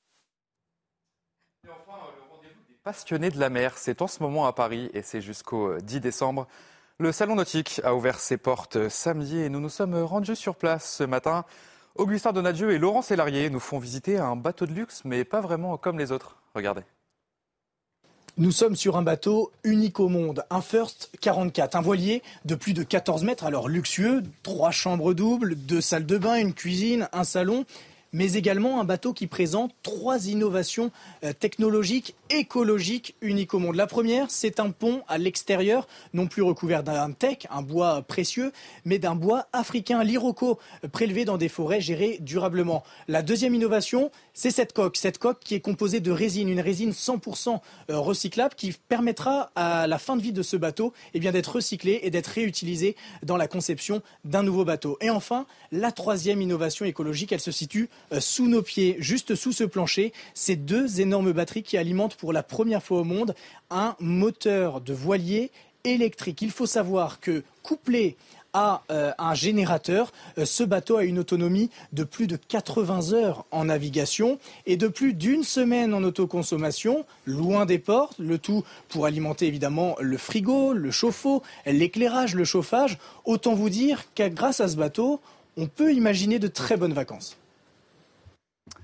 Et enfin, le rendez-vous des passionnés de la mer, c'est en ce moment à Paris et c'est jusqu'au 10 décembre. Le Salon Nautique a ouvert ses portes samedi et nous nous sommes rendus sur place ce matin. Augustin Donadieu et Laurent Sélarié nous font visiter un bateau de luxe, mais pas vraiment comme les autres. Regardez. Nous sommes sur un bateau unique au monde, un First 44, un voilier de plus de 14 mètres, alors luxueux, 3 chambres doubles, 2 salles de bain, une cuisine, un salon, mais également un bateau qui présente 3 innovations technologiques, écologiques uniques au monde. La première, c'est un pont à l'extérieur, non plus recouvert d'un teck, un bois précieux, mais d'un bois africain, l'iroko, prélevé dans des forêts gérées durablement. La deuxième innovation, c'est cette coque qui est composée de résine, une résine 100% recyclable qui permettra à la fin de vie de ce bateau d'être recyclée et d'être réutilisée dans la conception d'un nouveau bateau. Et enfin, la troisième innovation écologique, elle se situe sous nos pieds, juste sous ce plancher, ces 2 énormes batteries qui alimentent pour la première fois au monde un moteur de voilier électrique. Il faut savoir que couplé à un générateur, ce bateau a une autonomie de plus de 80 heures en navigation et de plus d'1 semaine en autoconsommation, loin des ports, le tout pour alimenter évidemment le frigo, le chauffe-eau, l'éclairage, le chauffage. Autant vous dire que grâce à ce bateau, on peut imaginer de très bonnes vacances.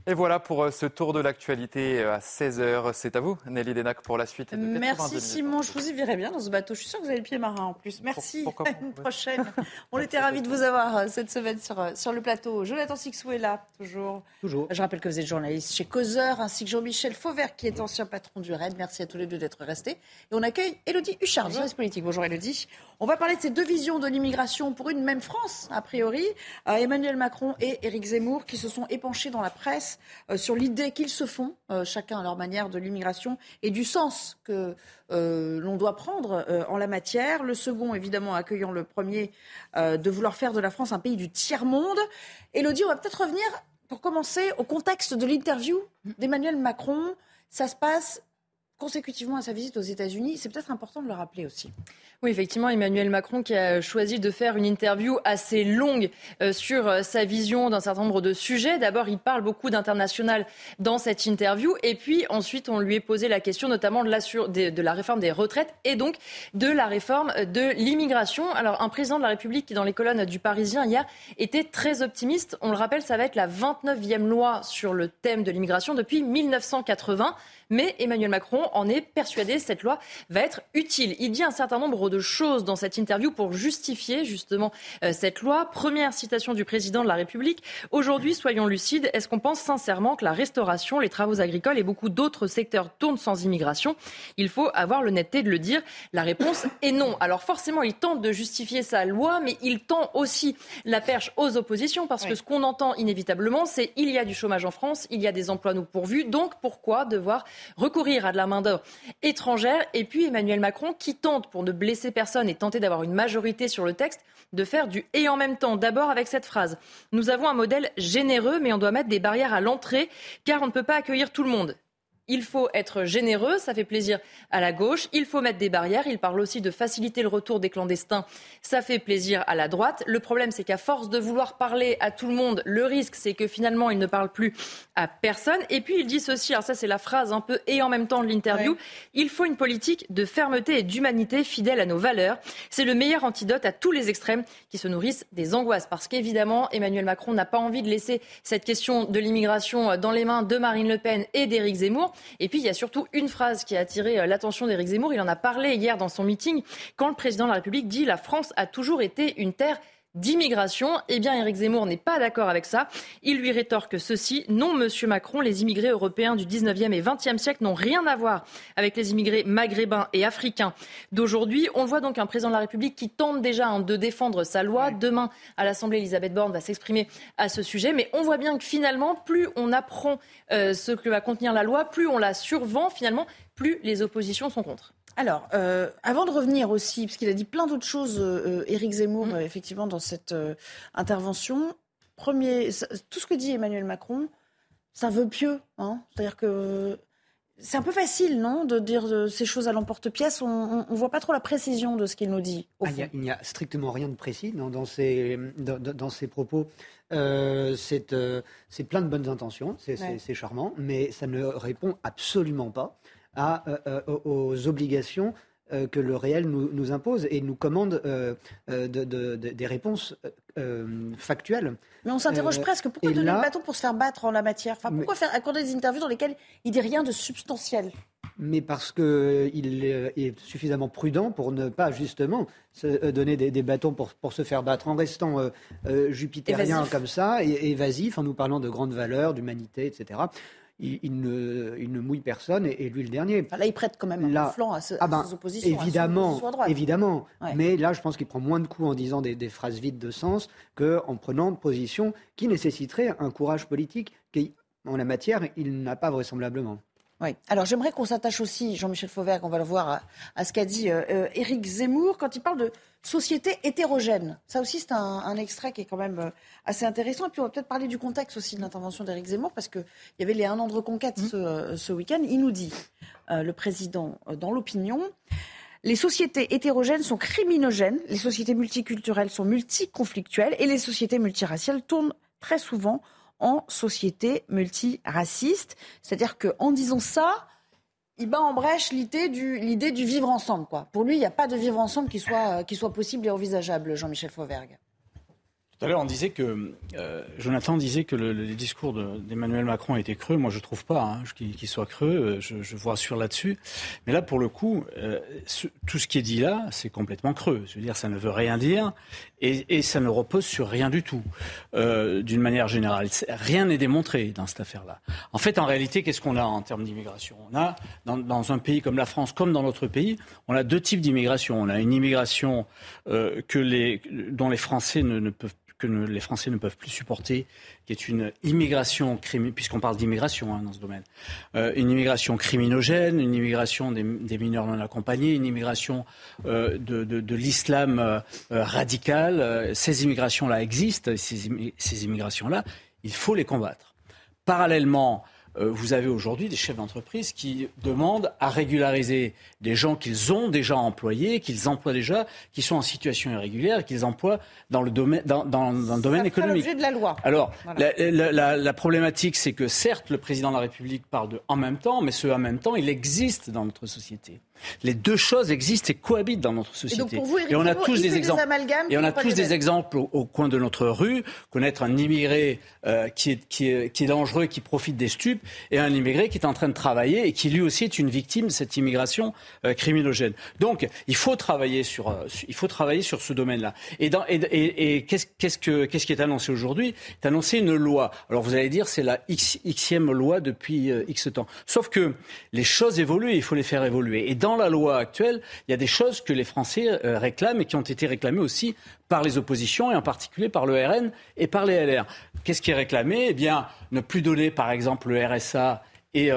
Et voilà pour ce tour de l'actualité à 16h. C'est à vous, Nelly Denac, pour la suite. Merci Simon, je vous y verrai bien dans ce bateau. Je suis sûre que vous avez le pied marin en plus. Merci, à une prochaine. On était ravis de vous avoir cette semaine sur le plateau. Jonathan Sicsou est là, toujours. Je rappelle que vous êtes journaliste chez Causeur, ainsi que Jean-Michel Fauvert, qui est ancien patron du RAID. Merci à tous les deux d'être restés. Et on accueille Élodie Huchard, journaliste politique. Bonjour Élodie. On va parler de ces deux visions de l'immigration pour une même France, a priori. Emmanuel Macron et Éric Zemmour qui se sont épanchés dans la presse sur l'idée qu'ils se font, chacun à leur manière, de l'immigration et du sens que l'on doit prendre en la matière. Le second, évidemment, accueillant le premier, de vouloir faire de la France un pays du tiers-monde. Élodie, on va peut-être revenir, pour commencer, au contexte de l'interview d'Emmanuel Macron. Ça se passe consécutivement à sa visite aux États-Unis. C'est peut-être important de le rappeler aussi. Oui, effectivement, Emmanuel Macron qui a choisi de faire une interview assez longue sur sa vision d'un certain nombre de sujets. D'abord, il parle beaucoup d'international dans cette interview. Et puis, ensuite, on lui a posé la question notamment de la réforme des retraites et donc de la réforme de l'immigration. Alors, un président de la République qui, dans les colonnes du Parisien hier, était très optimiste. On le rappelle, ça va être la 29e loi sur le thème de l'immigration depuis 1980. Mais Emmanuel Macron en est persuadé, cette loi va être utile. Il dit un certain nombre de choses dans cette interview pour justifier justement cette loi. Première citation du président de la République. Aujourd'hui, soyons lucides, est-ce qu'on pense sincèrement que la restauration, les travaux agricoles et beaucoup d'autres secteurs tournent sans immigration ? Il faut avoir l'honnêteté de le dire. La réponse est non. Alors forcément, il tente de justifier sa loi, mais il tend aussi la perche aux oppositions parce que ce qu'on entend inévitablement, c'est il y a du chômage en France, il y a des emplois non pourvus, donc pourquoi devoir recourir à de la main-d'œuvre étrangère? Et puis Emmanuel Macron qui tente, pour ne blesser personne et tenter d'avoir une majorité sur le texte, de faire du « et en même temps ». D'abord avec cette phrase. Nous avons un modèle généreux, mais on doit mettre des barrières à l'entrée, car on ne peut pas accueillir tout le monde. Il faut être généreux, ça fait plaisir à la gauche. Il faut mettre des barrières. Il parle aussi de faciliter le retour des clandestins. Ça fait plaisir à la droite. Le problème, c'est qu'à force de vouloir parler à tout le monde, le risque, c'est que finalement, il ne parle plus à personne. Et puis, il dit ceci, alors ça, c'est la phrase un peu et en même temps de l'interview. Il faut une politique de fermeté et d'humanité fidèle à nos valeurs. C'est le meilleur antidote à tous les extrêmes qui se nourrissent des angoisses. Parce qu'évidemment, Emmanuel Macron n'a pas envie de laisser cette question de l'immigration dans les mains de Marine Le Pen et d'Éric Zemmour. Et puis, il y a surtout une phrase qui a attiré l'attention d'Éric Zemmour. Il en a parlé hier dans son meeting quand le président de la République dit « La France a toujours été une terre d'immigration ». Eh bien, Éric Zemmour n'est pas d'accord avec ça. Il lui rétorque ceci. Non, monsieur Macron, les immigrés européens du 19e et 20e siècle n'ont rien à voir avec les immigrés maghrébins et africains d'aujourd'hui. On le voit donc, un président de la République qui tente déjà de défendre sa loi. Demain, à l'Assemblée, Elisabeth Borne va s'exprimer à ce sujet. Mais on voit bien que finalement, plus on apprend ce que va contenir la loi, plus on la survend, finalement, plus les oppositions sont contre. Alors, avant de revenir aussi, parce qu'il a dit plein d'autres choses, Éric Zemmour, effectivement, dans cette intervention. Tout ce que dit Emmanuel Macron, c'est un vœu pieux. C'est-à-dire que c'est un peu facile, non, de dire ces choses à l'emporte-pièce. On ne voit pas trop la précision de ce qu'il nous dit. Il n'y a strictement rien de précis dans ses propos. C'est plein de bonnes intentions, c'est charmant, mais ça ne répond absolument pas aux obligations que le réel nous impose et nous commande des réponses factuelles. Mais on s'interroge presque, pourquoi donner le bâton pour se faire battre en la matière ? Pourquoi faire accorder des interviews dans lesquelles il ne dit rien de substantiel ? Mais parce qu'il est suffisamment prudent pour ne pas justement se donner des bâtons pour se faire battre en restant jupitérien évasif. Comme ça, et évasif, en nous parlant de grandes valeurs, d'humanité, etc. Il ne mouille personne, et lui le dernier. Là, il prête quand même un flanc à ses oppositions. Évidemment. Ouais. Mais là, je pense qu'il prend moins de coups en disant des phrases vides de sens qu'en prenant position qui nécessiterait un courage politique qu'en la matière, il n'a pas vraisemblablement. Oui. Alors j'aimerais qu'on s'attache aussi, Jean-Michel Fauvert, on va le voir, à ce qu'a dit Éric Zemmour quand il parle de société hétérogène. Ça aussi, c'est un extrait qui est quand même assez intéressant. Et puis on va peut-être parler du contexte aussi de l'intervention d'Éric Zemmour, parce qu'il y avait les 1 an de reconquête ce week-end. Il nous dit, le président, dans l'opinion, les sociétés hétérogènes sont criminogènes, les sociétés multiculturelles sont multiconflictuelles et les sociétés multiraciales tournent très souvent en société multiraciste. C'est-à-dire qu'en disant ça, il bat en brèche l'idée du vivre ensemble, quoi. Pour lui, il n'y a pas de vivre ensemble qui soit possible et envisageable, Jean-Michel Fauvergue. Tout à l'heure, on disait que Jonathan disait que le discours d'Emmanuel Macron était creux. Moi, je ne trouve pas qu'il soit creux. Je vous rassure là-dessus. Mais là, pour le coup, tout ce qui est dit là, c'est complètement creux. Je veux dire, ça ne veut rien dire et ça ne repose sur rien du tout, d'une manière générale. Rien n'est démontré dans cette affaire-là. En fait, en réalité, qu'est-ce qu'on a en termes d'immigration ? On a, dans un pays comme la France, comme dans notre pays, on a deux types d'immigration. On a une immigration dont les Français les Français ne peuvent plus supporter, qui est une immigration puisqu'on parle d'immigration dans ce domaine, une immigration criminogène, une immigration des mineurs non accompagnés, une immigration de l'islam radical. Ces immigrations-là existent, ces immigrations-là, il faut les combattre. Parallèlement, vous avez aujourd'hui des chefs d'entreprise qui demandent à régulariser des gens qu'ils ont déjà employés, qu'ils emploient déjà, qui sont en situation irrégulière, qu'ils emploient dans le domaine, dans le domaine économique. C'est l'objet de la loi. Alors, voilà. la problématique, c'est que certes, le président de la République parle de « en même temps », mais ce « en même temps », il existe dans notre société. Les deux choses existent et cohabitent dans notre société. Et donc pour vous, Éric on a Zemmour, tous des exemples. Et on a tous des exemples au coin de notre rue. Connaître un immigré qui est dangereux, qui profite des stupes, et un immigré qui est en train de travailler et qui lui aussi est une victime de cette immigration criminogène. Donc il faut travailler sur ce domaine-là. Et qu'est-ce qui est annoncé aujourd'hui ? C'est annoncé une loi. Alors vous allez dire c'est la xème loi depuis X temps. Sauf que les choses évoluent, il faut les faire évoluer. Et dans la loi actuelle, il y a des choses que les Français réclament et qui ont été réclamées aussi par les oppositions et en particulier par le RN et par les LR. Qu'est-ce qui est réclamé ? Eh bien, ne plus donner par exemple le RSA et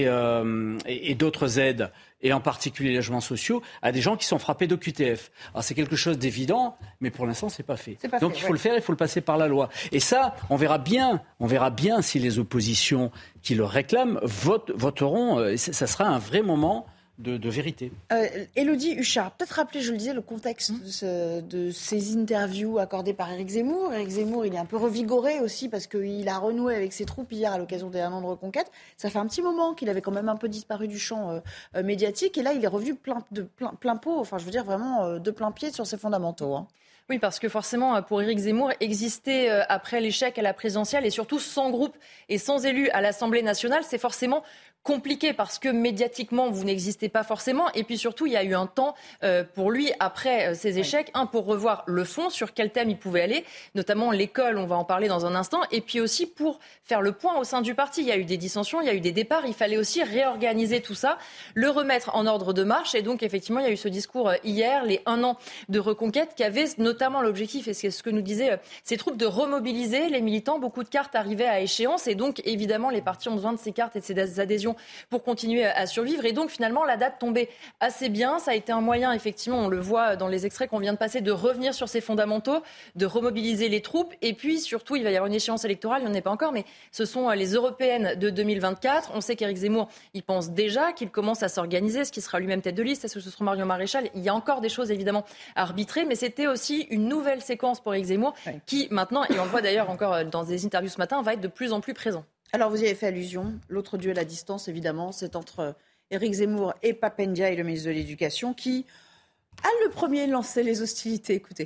d'autres aides, et en particulier les logements sociaux, à des gens qui sont frappés d'OQTF. Alors c'est quelque chose d'évident, mais pour l'instant c'est pas fait. Donc il faut le faire, il faut le passer par la loi. Et ça, on verra bien si les oppositions qui le réclament voteront. Ça sera un vrai moment de vérité. Élodie Huchard, peut-être rappeler, je le disais, le contexte de ces interviews accordées par Éric Zemmour. Éric Zemmour, il est un peu revigoré aussi parce qu'il a renoué avec ses troupes hier à l'occasion des 1 an de reconquête. Ça fait un petit moment qu'il avait quand même un peu disparu du champ médiatique et là, il est revenu plein pot, enfin je veux dire vraiment de plein pied sur ses fondamentaux. Oui, parce que forcément, pour Éric Zemmour, exister après l'échec à la présidentielle et surtout sans groupe et sans élus à l'Assemblée nationale, c'est forcément compliqué parce que médiatiquement, vous n'existez pas forcément. Et puis surtout, il y a eu un temps pour lui, après ces échecs, pour revoir le fond, sur quel thème il pouvait aller, notamment l'école, on va en parler dans un instant, et puis aussi pour faire le point au sein du parti. Il y a eu des dissensions, il y a eu des départs, il fallait aussi réorganiser tout ça, le remettre en ordre de marche. Et donc, effectivement, il y a eu ce discours hier, les 1 an de reconquête, qui avait notamment l'objectif, et c'est ce que nous disaient ces troupes, de remobiliser les militants. Beaucoup de cartes arrivaient à échéance, et donc, évidemment, les partis ont besoin de ces cartes et de ces adhésions pour continuer à survivre. Et donc, finalement, la date tombait assez bien. Ça a été un moyen, effectivement, on le voit dans les extraits qu'on vient de passer, de revenir sur ses fondamentaux, de remobiliser les troupes. Et puis, surtout, il va y avoir une échéance électorale, il n'y en est pas encore, mais ce sont les européennes de 2024. On sait qu'Éric Zemmour, il pense déjà qu'il commence à s'organiser, ce qui sera lui-même tête de liste. Est-ce que ce sera Marion Maréchal ? Il y a encore des choses, évidemment, à arbitrer, mais c'était aussi une nouvelle séquence pour Éric Zemmour qui, maintenant, et on le voit d'ailleurs encore dans des interviews ce matin, va être de plus en plus présent. Alors, vous y avez fait allusion. L'autre duel à distance, évidemment, c'est entre Éric Zemmour et Pap Ndiaye, le ministre de l'Éducation, qui a le premier lancé les hostilités. Écoutez.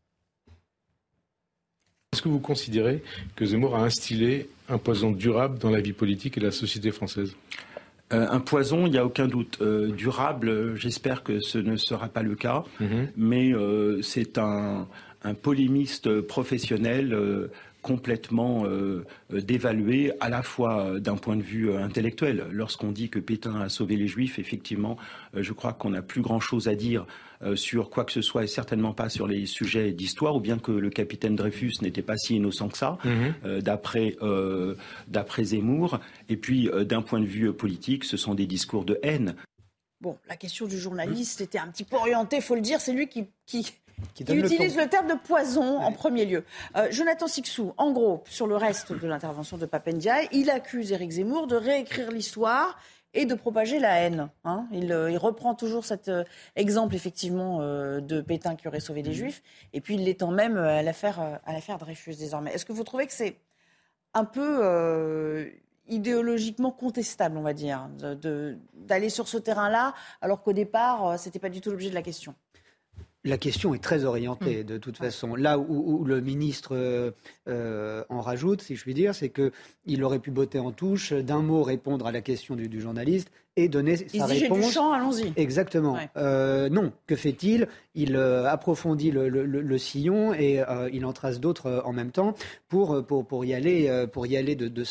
Est-ce que vous considérez que Zemmour a instillé un poison durable dans la vie politique et la société française ? Un poison, il n'y a aucun doute. Durable, j'espère que ce ne sera pas le cas. Mais c'est un polémiste professionnel complètement dévalué, à la fois d'un point de vue intellectuel. Lorsqu'on dit que Pétain a sauvé les Juifs, effectivement, je crois qu'on n'a plus grand-chose à dire sur quoi que ce soit, et certainement pas sur les sujets d'histoire, ou bien que le capitaine Dreyfus n'était pas si innocent que ça, d'après Zemmour. Et puis, d'un point de vue politique, ce sont des discours de haine. Bon, la question du journaliste était un petit peu orientée, il faut le dire, c'est lui qui utilise le terme de poison en premier lieu. Jonathan Sicsou, en gros, sur le reste de l'intervention de Pap Ndiaye, il accuse Éric Zemmour de réécrire l'histoire et de propager la haine. Il reprend toujours cet exemple, effectivement, de Pétain qui aurait sauvé les Juifs, et puis il l'étend même à l'affaire Dreyfus, désormais. Est-ce que vous trouvez que c'est un peu idéologiquement contestable, on va dire, d'aller sur ce terrain-là, alors qu'au départ, ce n'était pas du tout l'objet de la question ? La question est très orientée, de toute façon. Là où le ministre en rajoute, si je puis dire, c'est qu'il aurait pu botter en touche, d'un mot répondre à la question du journaliste et donner sa réponse. Il dit, j'ai du champ, allons-y. Exactement. Ouais. Non, que fait-il ? Il approfondit le sillon et il en trace d'autres en même temps pour y aller de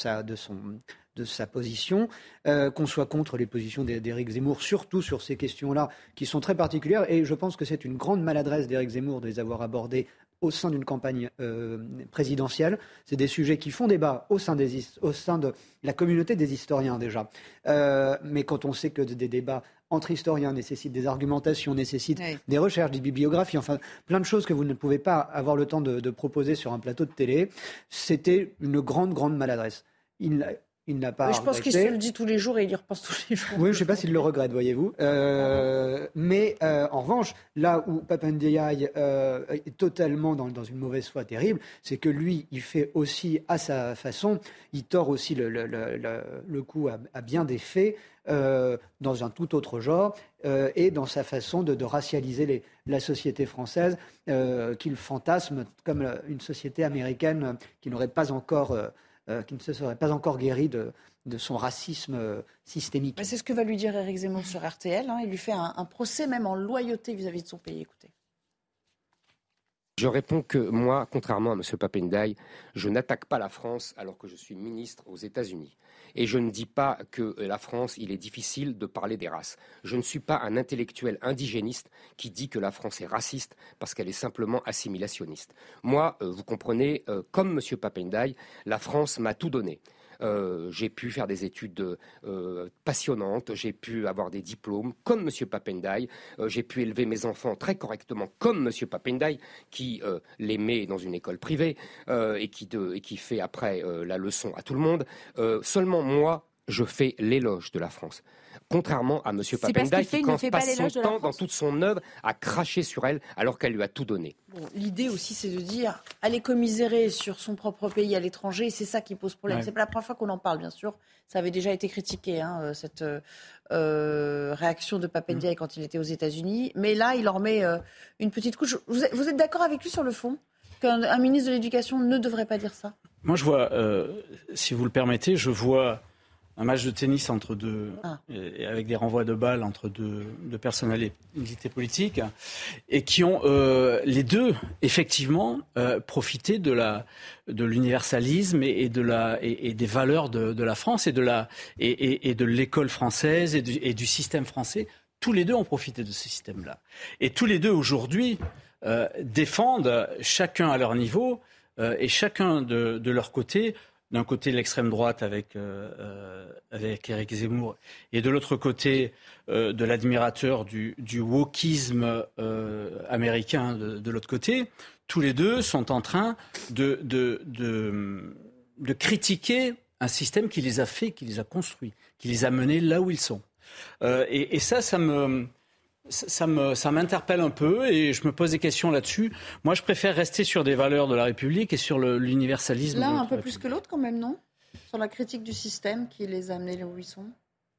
sa position, qu'on soit contre les positions d'Éric Zemmour, surtout sur ces questions-là, qui sont très particulières. Et je pense que c'est une grande maladresse d'Éric Zemmour de les avoir abordées au sein d'une campagne présidentielle. C'est des sujets qui font débat au sein de la communauté des historiens déjà. Mais quand on sait que des débats entre historiens nécessitent des argumentations, nécessitent des recherches, des bibliographies, enfin plein de choses que vous ne pouvez pas avoir le temps de proposer sur un plateau de télé, c'était une grande, grande maladresse. Il n'a pas je pense qu'il se le dit tous les jours et il y repense tous les jours. Oui, je ne sais pas s'il le regrette, voyez-vous. Mais en revanche, là où Pape Ndiaye est totalement dans une mauvaise foi terrible, c'est que lui, il fait aussi à sa façon, il tord aussi le coup à bien des faits dans un tout autre genre et dans sa façon de racialiser la société française qu'il fantasme comme une société américaine qui n'aurait pas encore... qui ne se serait pas encore guéri de son racisme systémique. Mais c'est ce que va lui dire Éric Zemmour sur RTL. Il lui fait un procès même en loyauté vis-à-vis de son pays. Écoutez. Je réponds que moi, contrairement à M. Pape Ndiaye, je n'attaque pas la France alors que je suis ministre aux États-Unis. Et je ne dis pas que la France, il est difficile de parler des races. Je ne suis pas un intellectuel indigéniste qui dit que la France est raciste parce qu'elle est simplement assimilationniste. Moi, vous comprenez, comme M. Pape Ndiaye, la France m'a tout donné. J'ai pu faire des études passionnantes, j'ai pu avoir des diplômes comme M. Pape Ndiaye, j'ai pu élever mes enfants très correctement comme M. Pape Ndiaye, qui les met dans une école privée et qui fait après la leçon à tout le monde. Seulement moi, je fais l'éloge de la France. Contrairement à M. Pape Ndiaye qui passe son temps dans toute son œuvre à cracher sur elle alors qu'elle lui a tout donné. Bon, l'idée aussi, c'est de dire aller commisérer sur son propre pays à l'étranger, et c'est ça qui pose problème. Ouais. C'est pas la première fois qu'on en parle, bien sûr. Ça avait déjà été critiqué, cette réaction de Pape Ndiaye quand il était aux États-Unis. Mais là, il en remet une petite couche. Vous êtes d'accord avec lui sur le fond ? Qu'un ministre de l'Éducation ne devrait pas dire ça ? Moi, je vois, si vous le permettez, je vois un match de tennis entre deux, avec des renvois de balles entre deux personnalités politiques, et qui ont les deux effectivement profité de l'universalisme et des valeurs de la France et de l'école française et du système français. Tous les deux ont profité de ce système-là. Et tous les deux aujourd'hui défendent chacun à leur niveau et chacun de leur côté. D'un côté, l'extrême droite avec Éric Zemmour, et de l'autre côté, de l'admirateur du wokisme américain de l'autre côté. Tous les deux sont en train de critiquer un système qui les a fait, qui les a construits, qui les a menés là où ils sont. Et ça m'interpelle un peu et je me pose des questions là-dessus. Moi, je préfère rester sur des valeurs de la République et sur l'universalisme. L'un un peu plus que l'autre quand même, non ? Sur la critique du système qui les a amenés là où ils sont.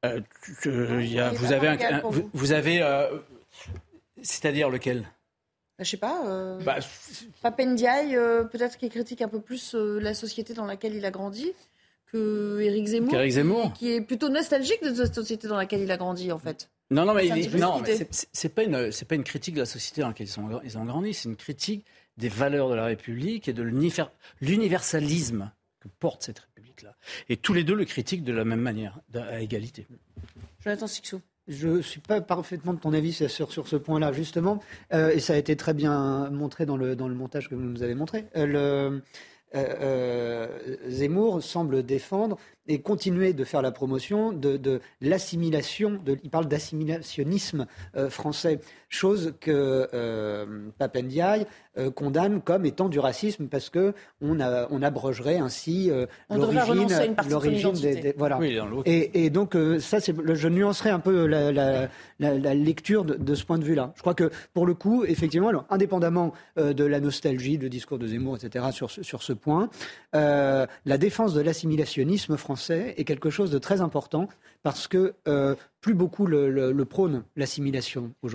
Vous avez c'est-à-dire lequel ? Je sais pas. Pape Ndiaye, peut-être qu'il critique un peu plus la société dans laquelle il a grandi que Éric Zemmour, qui est plutôt nostalgique de cette société dans laquelle il a grandi, en fait. Non, mais c'est pas une critique de la société dans laquelle ils ont grandi, c'est une critique des valeurs de la République et de l'universalisme que porte cette République-là. Et tous les deux le critiquent de la même manière, à égalité. Jonathan Sicsou. Je ne suis pas parfaitement de ton avis sur ce point-là, justement, et ça a été très bien montré dans le montage que vous nous avez montré. Zemmour semble défendre et continuer de faire la promotion de l'assimilation, il parle d'assimilationnisme français, chose que Pape Ndiaye condamne comme étant du racisme parce que on abrogerait ainsi l'origine des voilà. Oui, et donc ça je nuancerai un peu la lecture de ce point de vue-là. Je crois que pour le coup, effectivement, alors, indépendamment de la nostalgie, le discours de Zemmour, etc. sur ce point, la défense de l'assimilationnisme français est quelque chose de très important parce que plus beaucoup le prône l'assimilation aujourd'hui.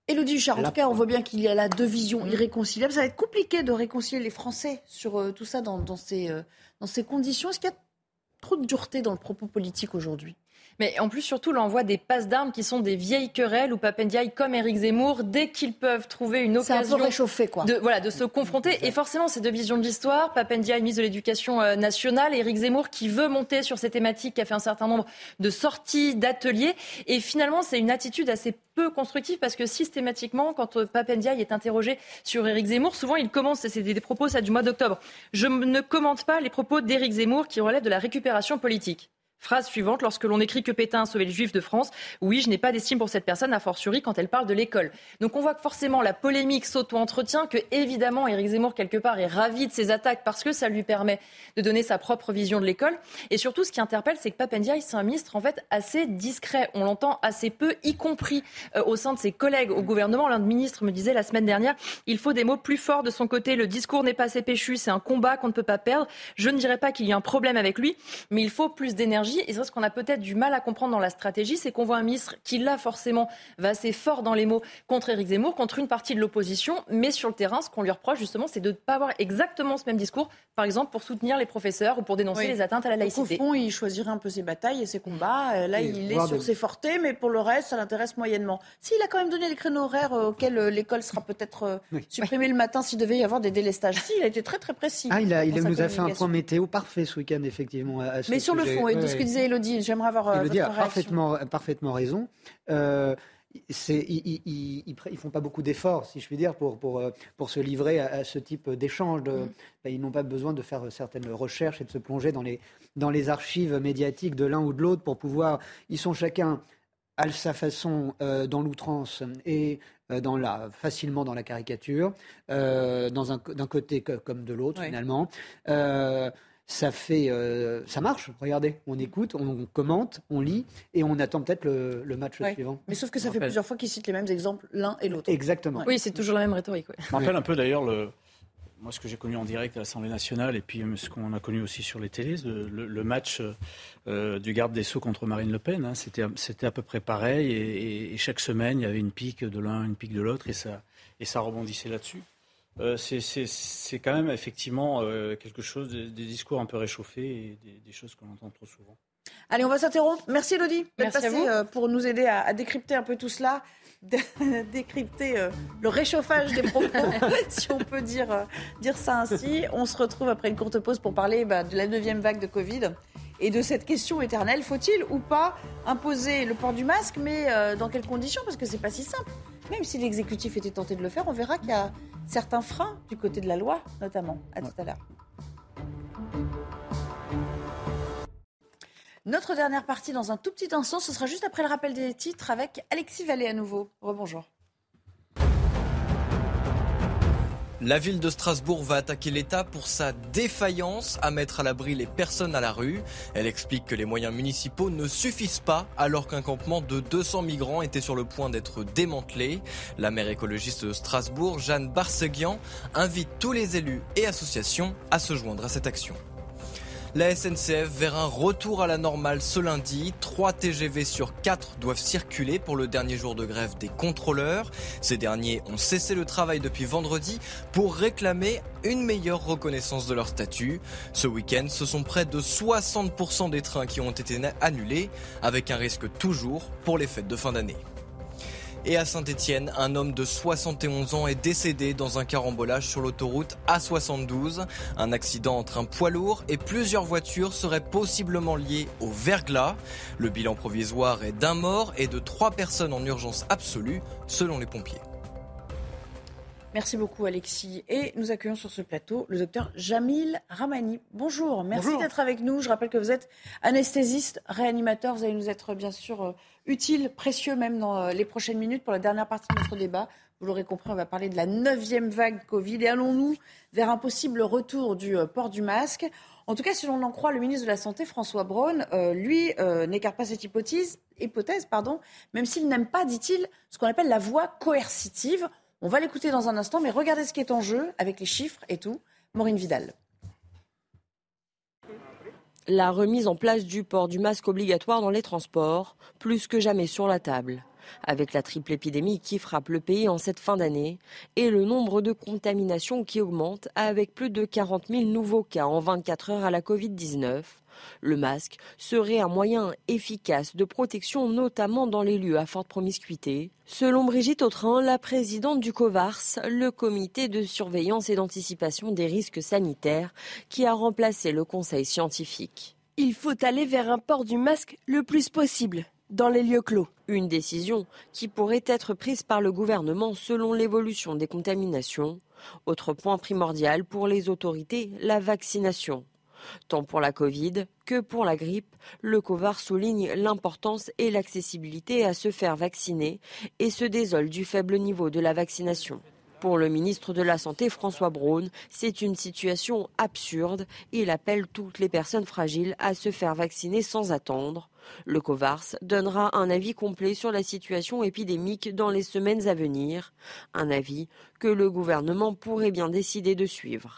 Élodie Huchard, en tout cas, on voit bien qu'il y a là deux visions irréconciliables. Ça va être compliqué de réconcilier les Français sur tout ça dans ces conditions. Est-ce qu'il y a trop de dureté dans le propos politique aujourd'hui ? Mais en plus, surtout, l'envoi des passes d'armes qui sont des vieilles querelles où Pape Ndiaye, comme Éric Zemmour, dès qu'ils peuvent trouver une occasion... C'est un peu réchauffé, quoi. De se confronter. Et forcément, ces deux visions de l'histoire, Pape Ndiaye, ministre de l'Éducation nationale, et Éric Zemmour qui veut monter sur ces thématiques, qui a fait un certain nombre de sorties, d'ateliers. Et finalement, c'est une attitude assez peu constructive parce que systématiquement, quand Pape Ndiaye est interrogé sur Éric Zemmour, souvent il commence, c'est des propos ça, du mois d'octobre. Je ne commente pas les propos d'Éric Zemmour qui relèvent de la récupération politique. Phrase suivante, lorsque l'on écrit que Pétain a sauvé les Juifs de France, oui, je n'ai pas d'estime pour cette personne, a fortiori quand elle parle de l'école. Donc on voit que forcément la polémique s'auto-entretient, que évidemment Éric Zemmour quelque part est ravi de ces attaques parce que ça lui permet de donner sa propre vision de l'école. Et surtout, ce qui interpelle, c'est que Pape Ndiaye, c'est un ministre en fait assez discret. On l'entend assez peu, y compris au sein de ses collègues au gouvernement. L'un des ministres me disait la semaine dernière, il faut des mots plus forts de son côté. Le discours n'est pas assez péchu, c'est un combat qu'on ne peut pas perdre. Je ne dirais pas qu'il y a un problème avec lui, mais il faut plus d'énergie. Et c'est ce qu'on a peut-être du mal à comprendre dans la stratégie, c'est qu'on voit un ministre qui, là, forcément, va assez fort dans les mots contre Éric Zemmour, contre une partie de l'opposition, mais sur le terrain, ce qu'on lui reproche, justement, c'est de ne pas avoir exactement ce même discours, par exemple, pour soutenir les professeurs ou pour dénoncer les atteintes à la laïcité. Au fond, il choisirait un peu ses batailles et ses combats. Là, il est sur ses fortés, mais pour le reste, ça l'intéresse moyennement. S'il a quand même donné les créneaux horaires auxquels l'école sera peut-être supprimée le matin s'il devait y avoir des délestages. Si, il a été très, très précis. Il nous a fait un point météo parfait ce week-end, effectivement. Mais sur le fond, et de ce que disait Élodie, j'aimerais avoir Élodie votre réaction. a parfaitement raison. Ils font pas beaucoup d'efforts, si je puis dire, pour se livrer à ce type d'échange. Ils n'ont pas besoin de faire certaines recherches et de se plonger dans les archives médiatiques de l'un ou de l'autre pour pouvoir... Ils sont chacun à sa façon dans l'outrance et facilement dans la caricature, d'un côté comme de l'autre, finalement. Ça marche, regardez, on écoute, on commente, on lit et on attend peut-être le match suivant. Mais sauf que ça fait plusieurs fois qu'ils citent les mêmes exemples l'un et l'autre. Exactement. Oui, c'est toujours la même rhétorique. Je me rappelle un peu d'ailleurs moi ce que j'ai connu en direct à l'Assemblée nationale et puis ce qu'on a connu aussi sur les télés, le match du garde des Sceaux contre Marine Le Pen. C'était à peu près pareil et chaque semaine il y avait une pique de l'un, une pique de l'autre et ça rebondissait là-dessus. C'est quand même effectivement quelque chose, des discours un peu réchauffés et des choses qu'on entend trop souvent. Allez, on va s'interrompre. Merci Élodie d'être passée pour nous aider à décrypter un peu tout cela, décrypter le réchauffage des propos, si on peut dire ça ainsi. On se retrouve après une courte pause pour parler de la 9e vague de Covid et de cette question éternelle, faut-il ou pas imposer le port du masque, mais dans quelles conditions ? Parce que c'est pas si simple. Même si l'exécutif était tenté de le faire, on verra qu'il y a certains freins du côté de la loi, notamment. À tout à l'heure. Notre dernière partie, dans un tout petit instant, ce sera juste après le rappel des titres avec Alexis Vallée à nouveau. Rebonjour. La ville de Strasbourg va attaquer l'État pour sa défaillance à mettre à l'abri les personnes à la rue. Elle explique que les moyens municipaux ne suffisent pas alors qu'un campement de 200 migrants était sur le point d'être démantelé. La maire écologiste de Strasbourg, Jeanne Barseguian, invite tous les élus et associations à se joindre à cette action. La SNCF vers un retour à la normale ce lundi. 3 TGV sur 4 doivent circuler pour le dernier jour de grève des contrôleurs. Ces derniers ont cessé le travail depuis vendredi pour réclamer une meilleure reconnaissance de leur statut. Ce week-end, ce sont près de 60% des trains qui ont été annulés, avec un risque toujours pour les fêtes de fin d'année. Et à Saint-Étienne, un homme de 71 ans est décédé dans un carambolage sur l'autoroute A72. Un accident entre un poids lourd et plusieurs voitures serait possiblement lié au verglas. Le bilan provisoire est d'un mort et de 3 personnes en urgence absolue, selon les pompiers. Merci beaucoup Alexis. Et nous accueillons sur ce plateau le docteur Jamil Ramani. Bonjour, merci d'être avec nous. Je rappelle que vous êtes anesthésiste, réanimateur. Vous allez nous être bien sûr utile, précieux même dans les prochaines minutes pour la dernière partie de notre débat. Vous l'aurez compris, on va parler de la 9e vague Covid. Et allons-nous vers un possible retour du port du masque ? En tout cas, si l'on en croit le ministre de la Santé, François Braun, lui n'écarte pas cette hypothèse, même s'il n'aime pas, dit-il, ce qu'on appelle la voie coercitive. On va l'écouter dans un instant, mais regardez ce qui est en jeu avec les chiffres et tout. Maureen Vidal. La remise en place du port du masque obligatoire dans les transports, plus que jamais sur la table. Avec la triple épidémie qui frappe le pays en cette fin d'année et le nombre de contaminations qui augmente avec plus de 40 000 nouveaux cas en 24 heures à la Covid-19, le masque serait un moyen efficace de protection, notamment dans les lieux à forte promiscuité. Selon Brigitte Autrin, la présidente du COVARS, le comité de surveillance et d'anticipation des risques sanitaires, qui a remplacé le conseil scientifique. Il faut aller vers un port du masque le plus possible dans les lieux clos. Une décision qui pourrait être prise par le gouvernement selon l'évolution des contaminations. Autre point primordial pour les autorités, la vaccination. Tant pour la Covid que pour la grippe, le COVARS souligne l'importance et l'accessibilité à se faire vacciner et se désole du faible niveau de la vaccination. Pour le ministre de la Santé, François Braun, c'est une situation absurde. Il appelle toutes les personnes fragiles à se faire vacciner sans attendre. Le COVARS donnera un avis complet sur la situation épidémique dans les semaines à venir. Un avis que le gouvernement pourrait bien décider de suivre.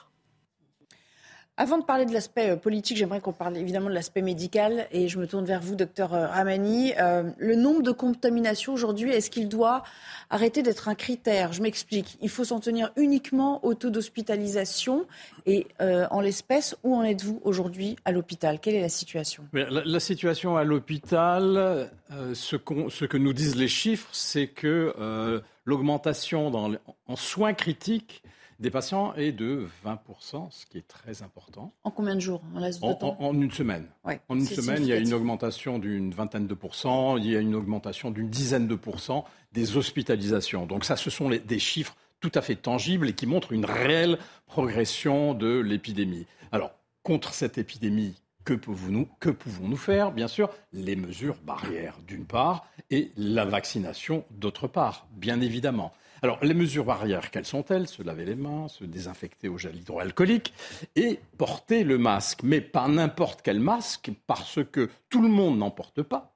Avant de parler de l'aspect politique, j'aimerais qu'on parle évidemment de l'aspect médical. Et je me tourne vers vous, docteur Rahmani. Le nombre de contaminations aujourd'hui, est-ce qu'il doit arrêter d'être un critère ? Je m'explique. Il faut s'en tenir uniquement au taux d'hospitalisation. Et en l'espèce, où en êtes-vous aujourd'hui à l'hôpital ? Quelle est la situation ? La situation à l'hôpital, ce que nous disent les chiffres, c'est que l'augmentation en soins critiques des patients est de 20%, ce qui est très important. En combien de jours ? En une semaine. Ouais, en une semaine, il y a une augmentation d'une vingtaine de pourcents, il y a une augmentation d'une dizaine de pourcents des hospitalisations. Donc ça, ce sont des chiffres tout à fait tangibles et qui montrent une réelle progression de l'épidémie. Alors, contre cette épidémie, que pouvons-nous faire ? Bien sûr, les mesures barrières, d'une part, et la vaccination, d'autre part, bien évidemment. Alors, les mesures barrières, quelles sont-elles ? Se laver les mains, se désinfecter au gel hydroalcoolique et porter le masque. Mais pas n'importe quel masque, parce que tout le monde n'en porte pas.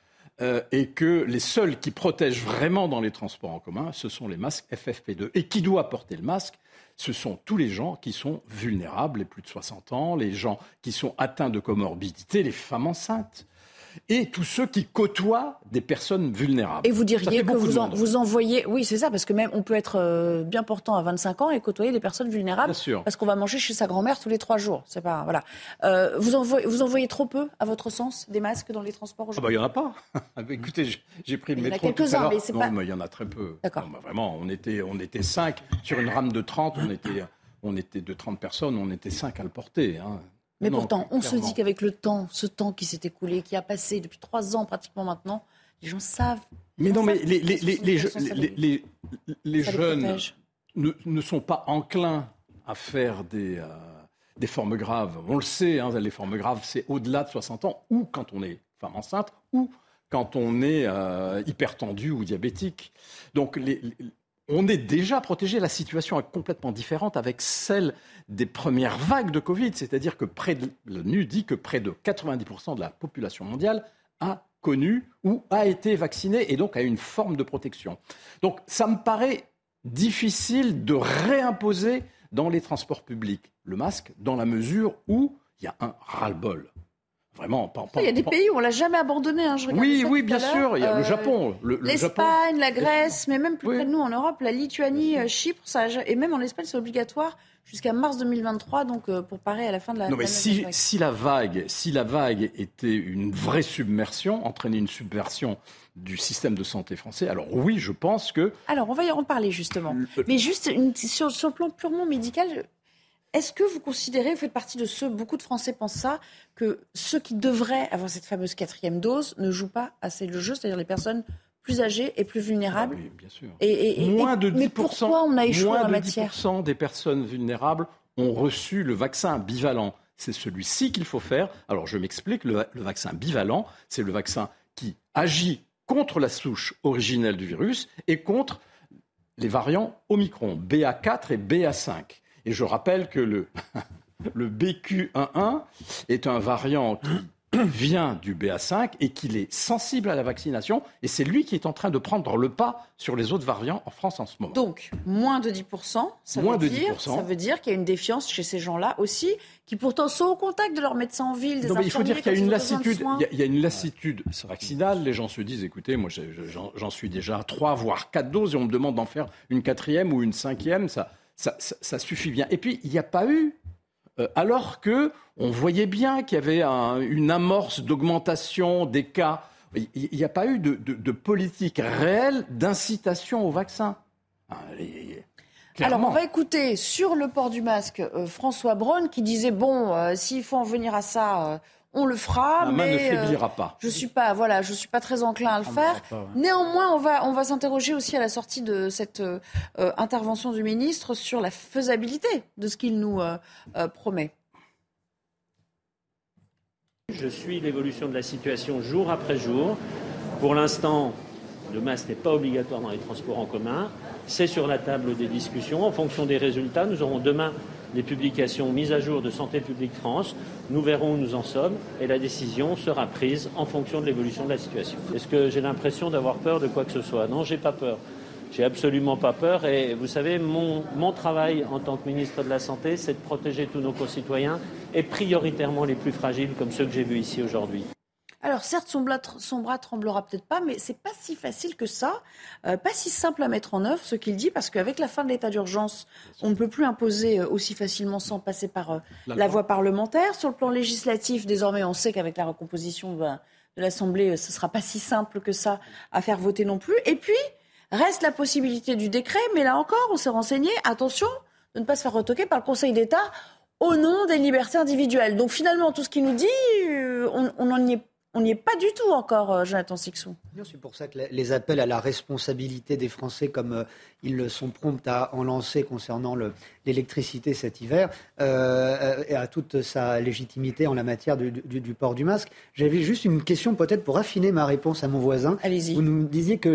Et que les seuls qui protègent vraiment dans les transports en commun, ce sont les masques FFP2. Et qui doit porter le masque ? Ce sont tous les gens qui sont vulnérables, les plus de 60 ans, les gens qui sont atteints de comorbidité, les femmes enceintes. Et tous ceux qui côtoient des personnes vulnérables. Et vous diriez que vous envoyez... Oui, c'est ça, parce que même on peut être bien portant à 25 ans et côtoyer des personnes vulnérables. Bien sûr. Parce qu'on va manger chez sa grand-mère tous les 3 jours. C'est pas... Voilà. Vous envoyez trop peu, à votre sens, des masques dans les transports aujourd'hui ? Il n'y en a pas. Écoutez, j'ai pris le métro tout à l'heure. Mais il y en a très peu. D'accord. Vraiment, on était 5. Sur une rame de 30, on était de 30 personnes, on était 5 à le porter. Mais pourtant, on se dit qu'avec le temps, ce temps qui s'est écoulé, qui a passé depuis 3 ans pratiquement maintenant, les gens savent. Mais non, mais les jeunes ne sont pas enclins à faire des formes graves. On le sait, les formes graves, c'est au-delà de 60 ans, ou quand on est femme enceinte, ou quand on est hypertendu ou diabétique. Donc, on est déjà protégé. La situation est complètement différente avec celle des premières vagues de Covid. C'est-à-dire que l'ONU dit que près de 90% de la population mondiale a connu ou a été vaccinée et donc a une forme de protection. Donc ça me paraît difficile de réimposer dans les transports publics le masque dans la mesure où il y a un ras-le-bol. Vraiment, il y a des pays où on ne l'a jamais abandonné. Oui, bien sûr. Il y a le Japon. L'Espagne, la Grèce, mais même plus près de nous en Europe, la Lituanie, Chypre, et même en Espagne, c'est obligatoire jusqu'à mars 2023, donc pour parer à la fin de la... Non, mais si la vague était une vraie submersion, entraînait une subversion du système de santé français, alors oui, je pense que... Alors, on va y en parler justement. Mais juste sur le plan purement médical... Est-ce que vous considérez, vous faites partie de beaucoup de Français pensent ça, que ceux qui devraient avoir cette fameuse 4e dose ne jouent pas assez le jeu, c'est-à-dire les personnes plus âgées et plus vulnérables ? Oui, bien sûr. Moins de 10%, mais pourquoi on a échoué en la matière ? 10% des personnes vulnérables ont reçu le vaccin bivalent. C'est celui-ci qu'il faut faire. Alors, je m'explique, le vaccin bivalent, c'est le vaccin qui agit contre la souche originelle du virus et contre les variants Omicron, BA4 et BA5. Et je rappelle que le BQ11 est un variant qui vient du BA5 et qu'il est sensible à la vaccination. Et c'est lui qui est en train de prendre le pas sur les autres variants en France en ce moment. Donc, moins de 10%, ça veut dire qu'il y a une défiance chez ces gens-là aussi, qui pourtant sont au contact de leur médecin en ville, des infirmiers. Il faut dire qu'il y a une lassitude. Il y a une lassitude vaccinale. Les gens se disent, écoutez, moi j'en suis déjà à 3 voire 4 doses et on me demande d'en faire une 4e ou une 5e. Ça suffit bien. Et puis, il n'y a pas eu, alors que on voyait bien qu'il y avait une amorce d'augmentation des cas, il n'y a pas eu de politique réelle d'incitation au vaccin. Alors, on va écouter sur le port du masque François Braun qui disait, s'il faut en venir à ça... on le fera, la main ne faiblira pas. Je suis pas très enclin à le faire. Pas, ouais. Néanmoins, on va s'interroger aussi à la sortie de cette intervention du ministre sur la faisabilité de ce qu'il nous promet. Je suis l'évolution de la situation jour après jour. Pour l'instant, le masque n'est pas obligatoire dans les transports en commun. C'est sur la table des discussions. En fonction des résultats, nous aurons demain les publications mises à jour de Santé publique France. Nous verrons où nous en sommes et la décision sera prise en fonction de l'évolution de la situation. Est-ce que j'ai l'impression d'avoir peur de quoi que ce soit ? Non, j'ai pas peur. J'ai absolument pas peur et vous savez, mon travail en tant que ministre de la Santé, c'est de protéger tous nos concitoyens et prioritairement les plus fragiles comme ceux que j'ai vus ici aujourd'hui. Alors certes, son bras tremblera peut-être pas, mais c'est pas si facile que ça, pas si simple à mettre en œuvre ce qu'il dit, parce qu'avec la fin de l'état d'urgence, on ne peut plus imposer aussi facilement sans passer par la voie parlementaire. Sur le plan législatif, désormais, on sait qu'avec la recomposition de l'Assemblée, ce sera pas si simple que ça à faire voter non plus. Et puis reste la possibilité du décret, mais là encore, on s'est renseigné, attention, de ne pas se faire retoquer par le Conseil d'État au nom des libertés individuelles. Donc finalement, tout ce qu'il nous dit, on n'y est pas du tout encore, Jonathan Sicsou. C'est pour ça que les appels à la responsabilité des Français, comme ils sont prompts à en lancer concernant l'électricité cet hiver, et à toute sa légitimité en la matière du port du masque. J'avais juste une question peut-être pour affiner ma réponse à mon voisin. Allez-y. Vous nous disiez que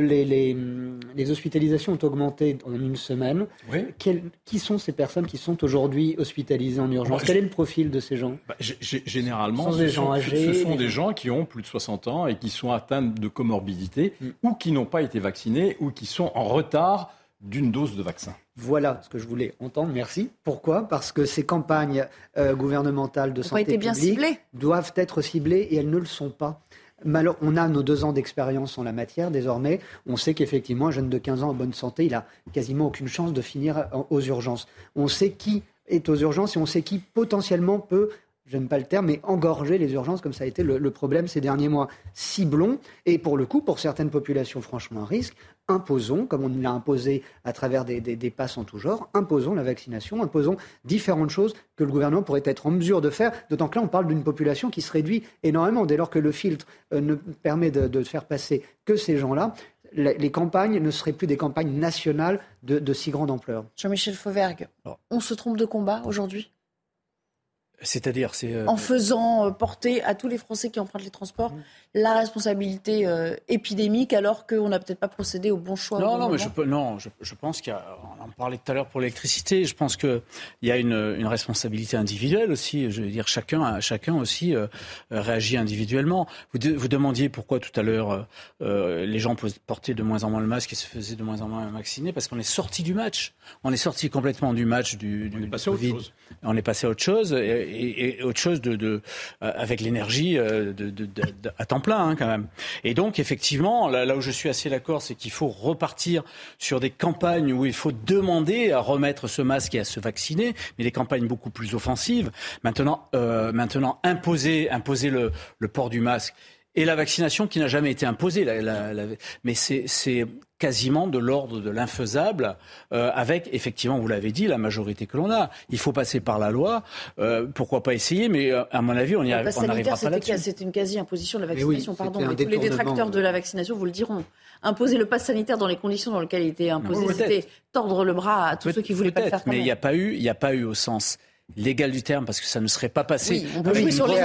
les hospitalisations ont augmenté en une semaine. Oui. Qui sont ces personnes qui sont aujourd'hui hospitalisées en urgence ? Quel est le profil de ces gens ? Généralement, ce sont des gens qui ont plus de 60 ans et qui sont atteints de comorbidité ou qui n'ont pas été vaccinés ou qui sont en retard d'une dose de vaccin. Voilà ce que je voulais entendre, merci. Pourquoi ? Parce que ces campagnes gouvernementales de santé publique doivent être ciblées et elles ne le sont pas. On a nos 2 ans d'expérience en la matière désormais. On sait qu'effectivement, un jeune de 15 ans en bonne santé, il n'a quasiment aucune chance de finir aux urgences. On sait qui est aux urgences et on sait qui potentiellement peut... J'aime pas le terme, mais engorger les urgences, comme ça a été le problème ces derniers mois. Ciblons, et pour le coup, pour certaines populations franchement à risque, imposons, comme on l'a imposé à travers des passes en tout genre, imposons la vaccination, imposons différentes choses que le gouvernement pourrait être en mesure de faire, d'autant que là, on parle d'une population qui se réduit énormément, dès lors que le filtre ne permet de faire passer que ces gens-là. Les campagnes ne seraient plus des campagnes nationales de si grande ampleur. Jean-Michel Fauvergue, on se trompe de combat aujourd'hui ? C'est-à-dire, en faisant porter à tous les Français qui empruntent les transports la responsabilité épidémique, alors qu'on n'a peut-être pas procédé au bon choix. Je pense qu'il y a, on en parlait tout à l'heure pour l'électricité, je pense qu'il y a une responsabilité individuelle aussi. Je veux dire, chacun aussi réagit individuellement. Vous demandiez pourquoi tout à l'heure les gens portaient de moins en moins le masque et se faisaient de moins en moins vacciner, parce qu'on est sorti du match. On est sorti complètement du match du Covid. On est passé à autre chose. Et autre chose avec l'énergie à temps plein quand même. Et donc effectivement, là où je suis assez d'accord, c'est qu'il faut repartir sur des campagnes où il faut demander à remettre ce masque et à se vacciner, mais des campagnes beaucoup plus offensives. Maintenant imposer le port du masque et la vaccination qui n'a jamais été imposée, mais c'est quasiment de l'ordre de l'infaisable, avec, effectivement, vous l'avez dit, la majorité que l'on a. Il faut passer par la loi. Pourquoi pas essayer, mais à mon avis, on n'arrivera pas là-dessus. C'était une quasi-imposition de la vaccination, mais tous les détracteurs de la vaccination vous le diront. Imposer le pass sanitaire dans les conditions dans lesquelles il était imposé, c'était tordre le bras à tous ceux qui ne voulaient pas le faire. Mais il n'y a pas eu au sens légal du terme, parce que ça ne serait pas passé. Oui, on peut jouer sur les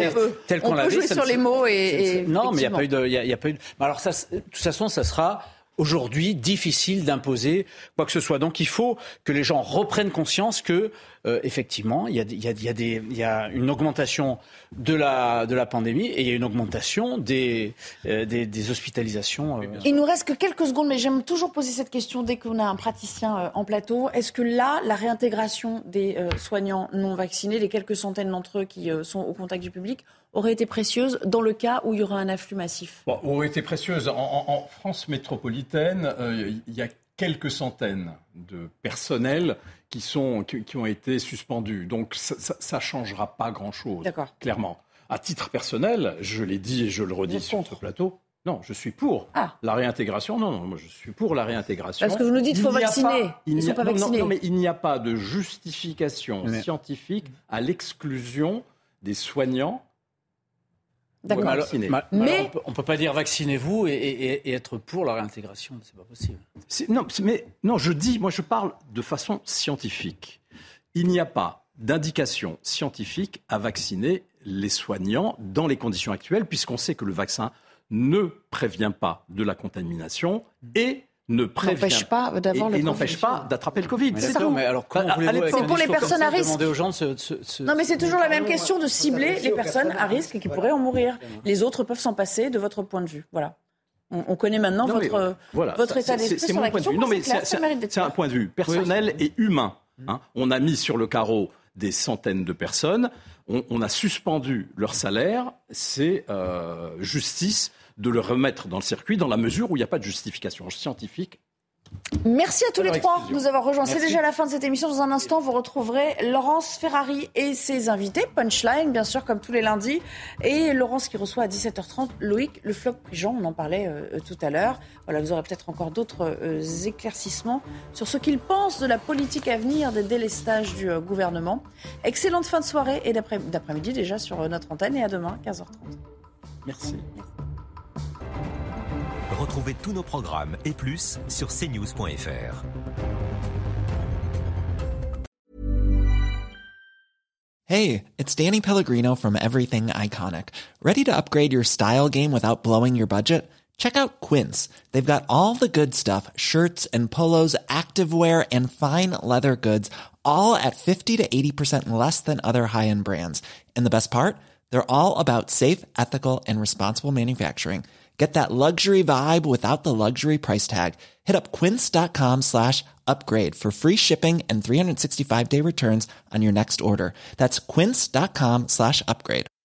mots, Non, mais il n'y a pas eu de. Alors ça, de toute façon, ça sera aujourd'hui difficile d'imposer quoi que ce soit. Donc il faut que les gens reprennent conscience que effectivement il y a une augmentation de la pandémie et il y a une augmentation des hospitalisations. Il nous reste que quelques secondes, mais j'aime toujours poser cette question dès qu'on a un praticien en plateau. Est-ce que là, la réintégration des soignants non vaccinés, les quelques centaines d'entre eux qui sont au contact du public, aurait été précieuse dans le cas où il y aura un afflux massif? Aurait été précieuse. En France métropolitaine, il y a quelques centaines de personnels qui ont été suspendus. Donc ça ne changera pas grand-chose, clairement. À titre personnel, je l'ai dit et je le redis sur ce plateau, non, je suis pour la réintégration. Non, moi je suis pour la réintégration. Parce que vous nous dites qu'il faut vacciner. Ils ne sont pas vaccinés. Non, mais il n'y a pas de justification scientifique à l'exclusion des soignants. D'accord. Mais on ne peut pas dire vaccinez-vous et être pour la réintégration, c'est pas possible. Je parle de façon scientifique. Il n'y a pas d'indication scientifique à vacciner les soignants dans les conditions actuelles, puisqu'on sait que le vaccin ne prévient pas de la contamination et n'empêche pas d'attraper le Covid. C'est tout. Mais alors, c'est pour les personnes à risque. Non, mais c'est toujours la même question de cibler les personnes à risque qui pourraient en mourir. Les autres peuvent s'en passer, de votre point de vue. Voilà. On connaît maintenant votre état d'esprit sur la question. Non, mais c'est un point de vue personnel et humain. On a mis sur le carreau des centaines de personnes. On a suspendu leur salaire. C'est justice de le remettre dans le circuit dans la mesure où il n'y a pas de justification scientifique. Merci à tous les trois de nous avoir rejoints. C'est déjà la fin de cette émission. Dans un instant, vous retrouverez Laurence Ferrari et ses invités. Punchline, bien sûr, comme tous les lundis. Et Laurence qui reçoit à 17h30 Loïc Le Floch-Prigent. On en parlait tout à l'heure. Voilà, vous aurez peut-être encore d'autres éclaircissements sur ce qu'il pense de la politique à venir des délestages du gouvernement. Excellente fin de soirée et d'après-midi déjà sur notre antenne. Et à demain, 15h30. Merci. Retrouvez tous nos programmes et plus sur cnews.fr. Hey, it's Danny Pellegrino from Everything Iconic. Ready to upgrade your style game without blowing your budget? Check out Quince. They've got all the good stuff, shirts and polos, activewear and fine leather goods, all at 50 to 80% less than other high-end brands. And the best part? They're all about safe, ethical, and responsible manufacturing. Get that luxury vibe without the luxury price tag. Hit up quince.com/upgrade for free shipping and 365-day returns on your next order. That's quince.com/upgrade.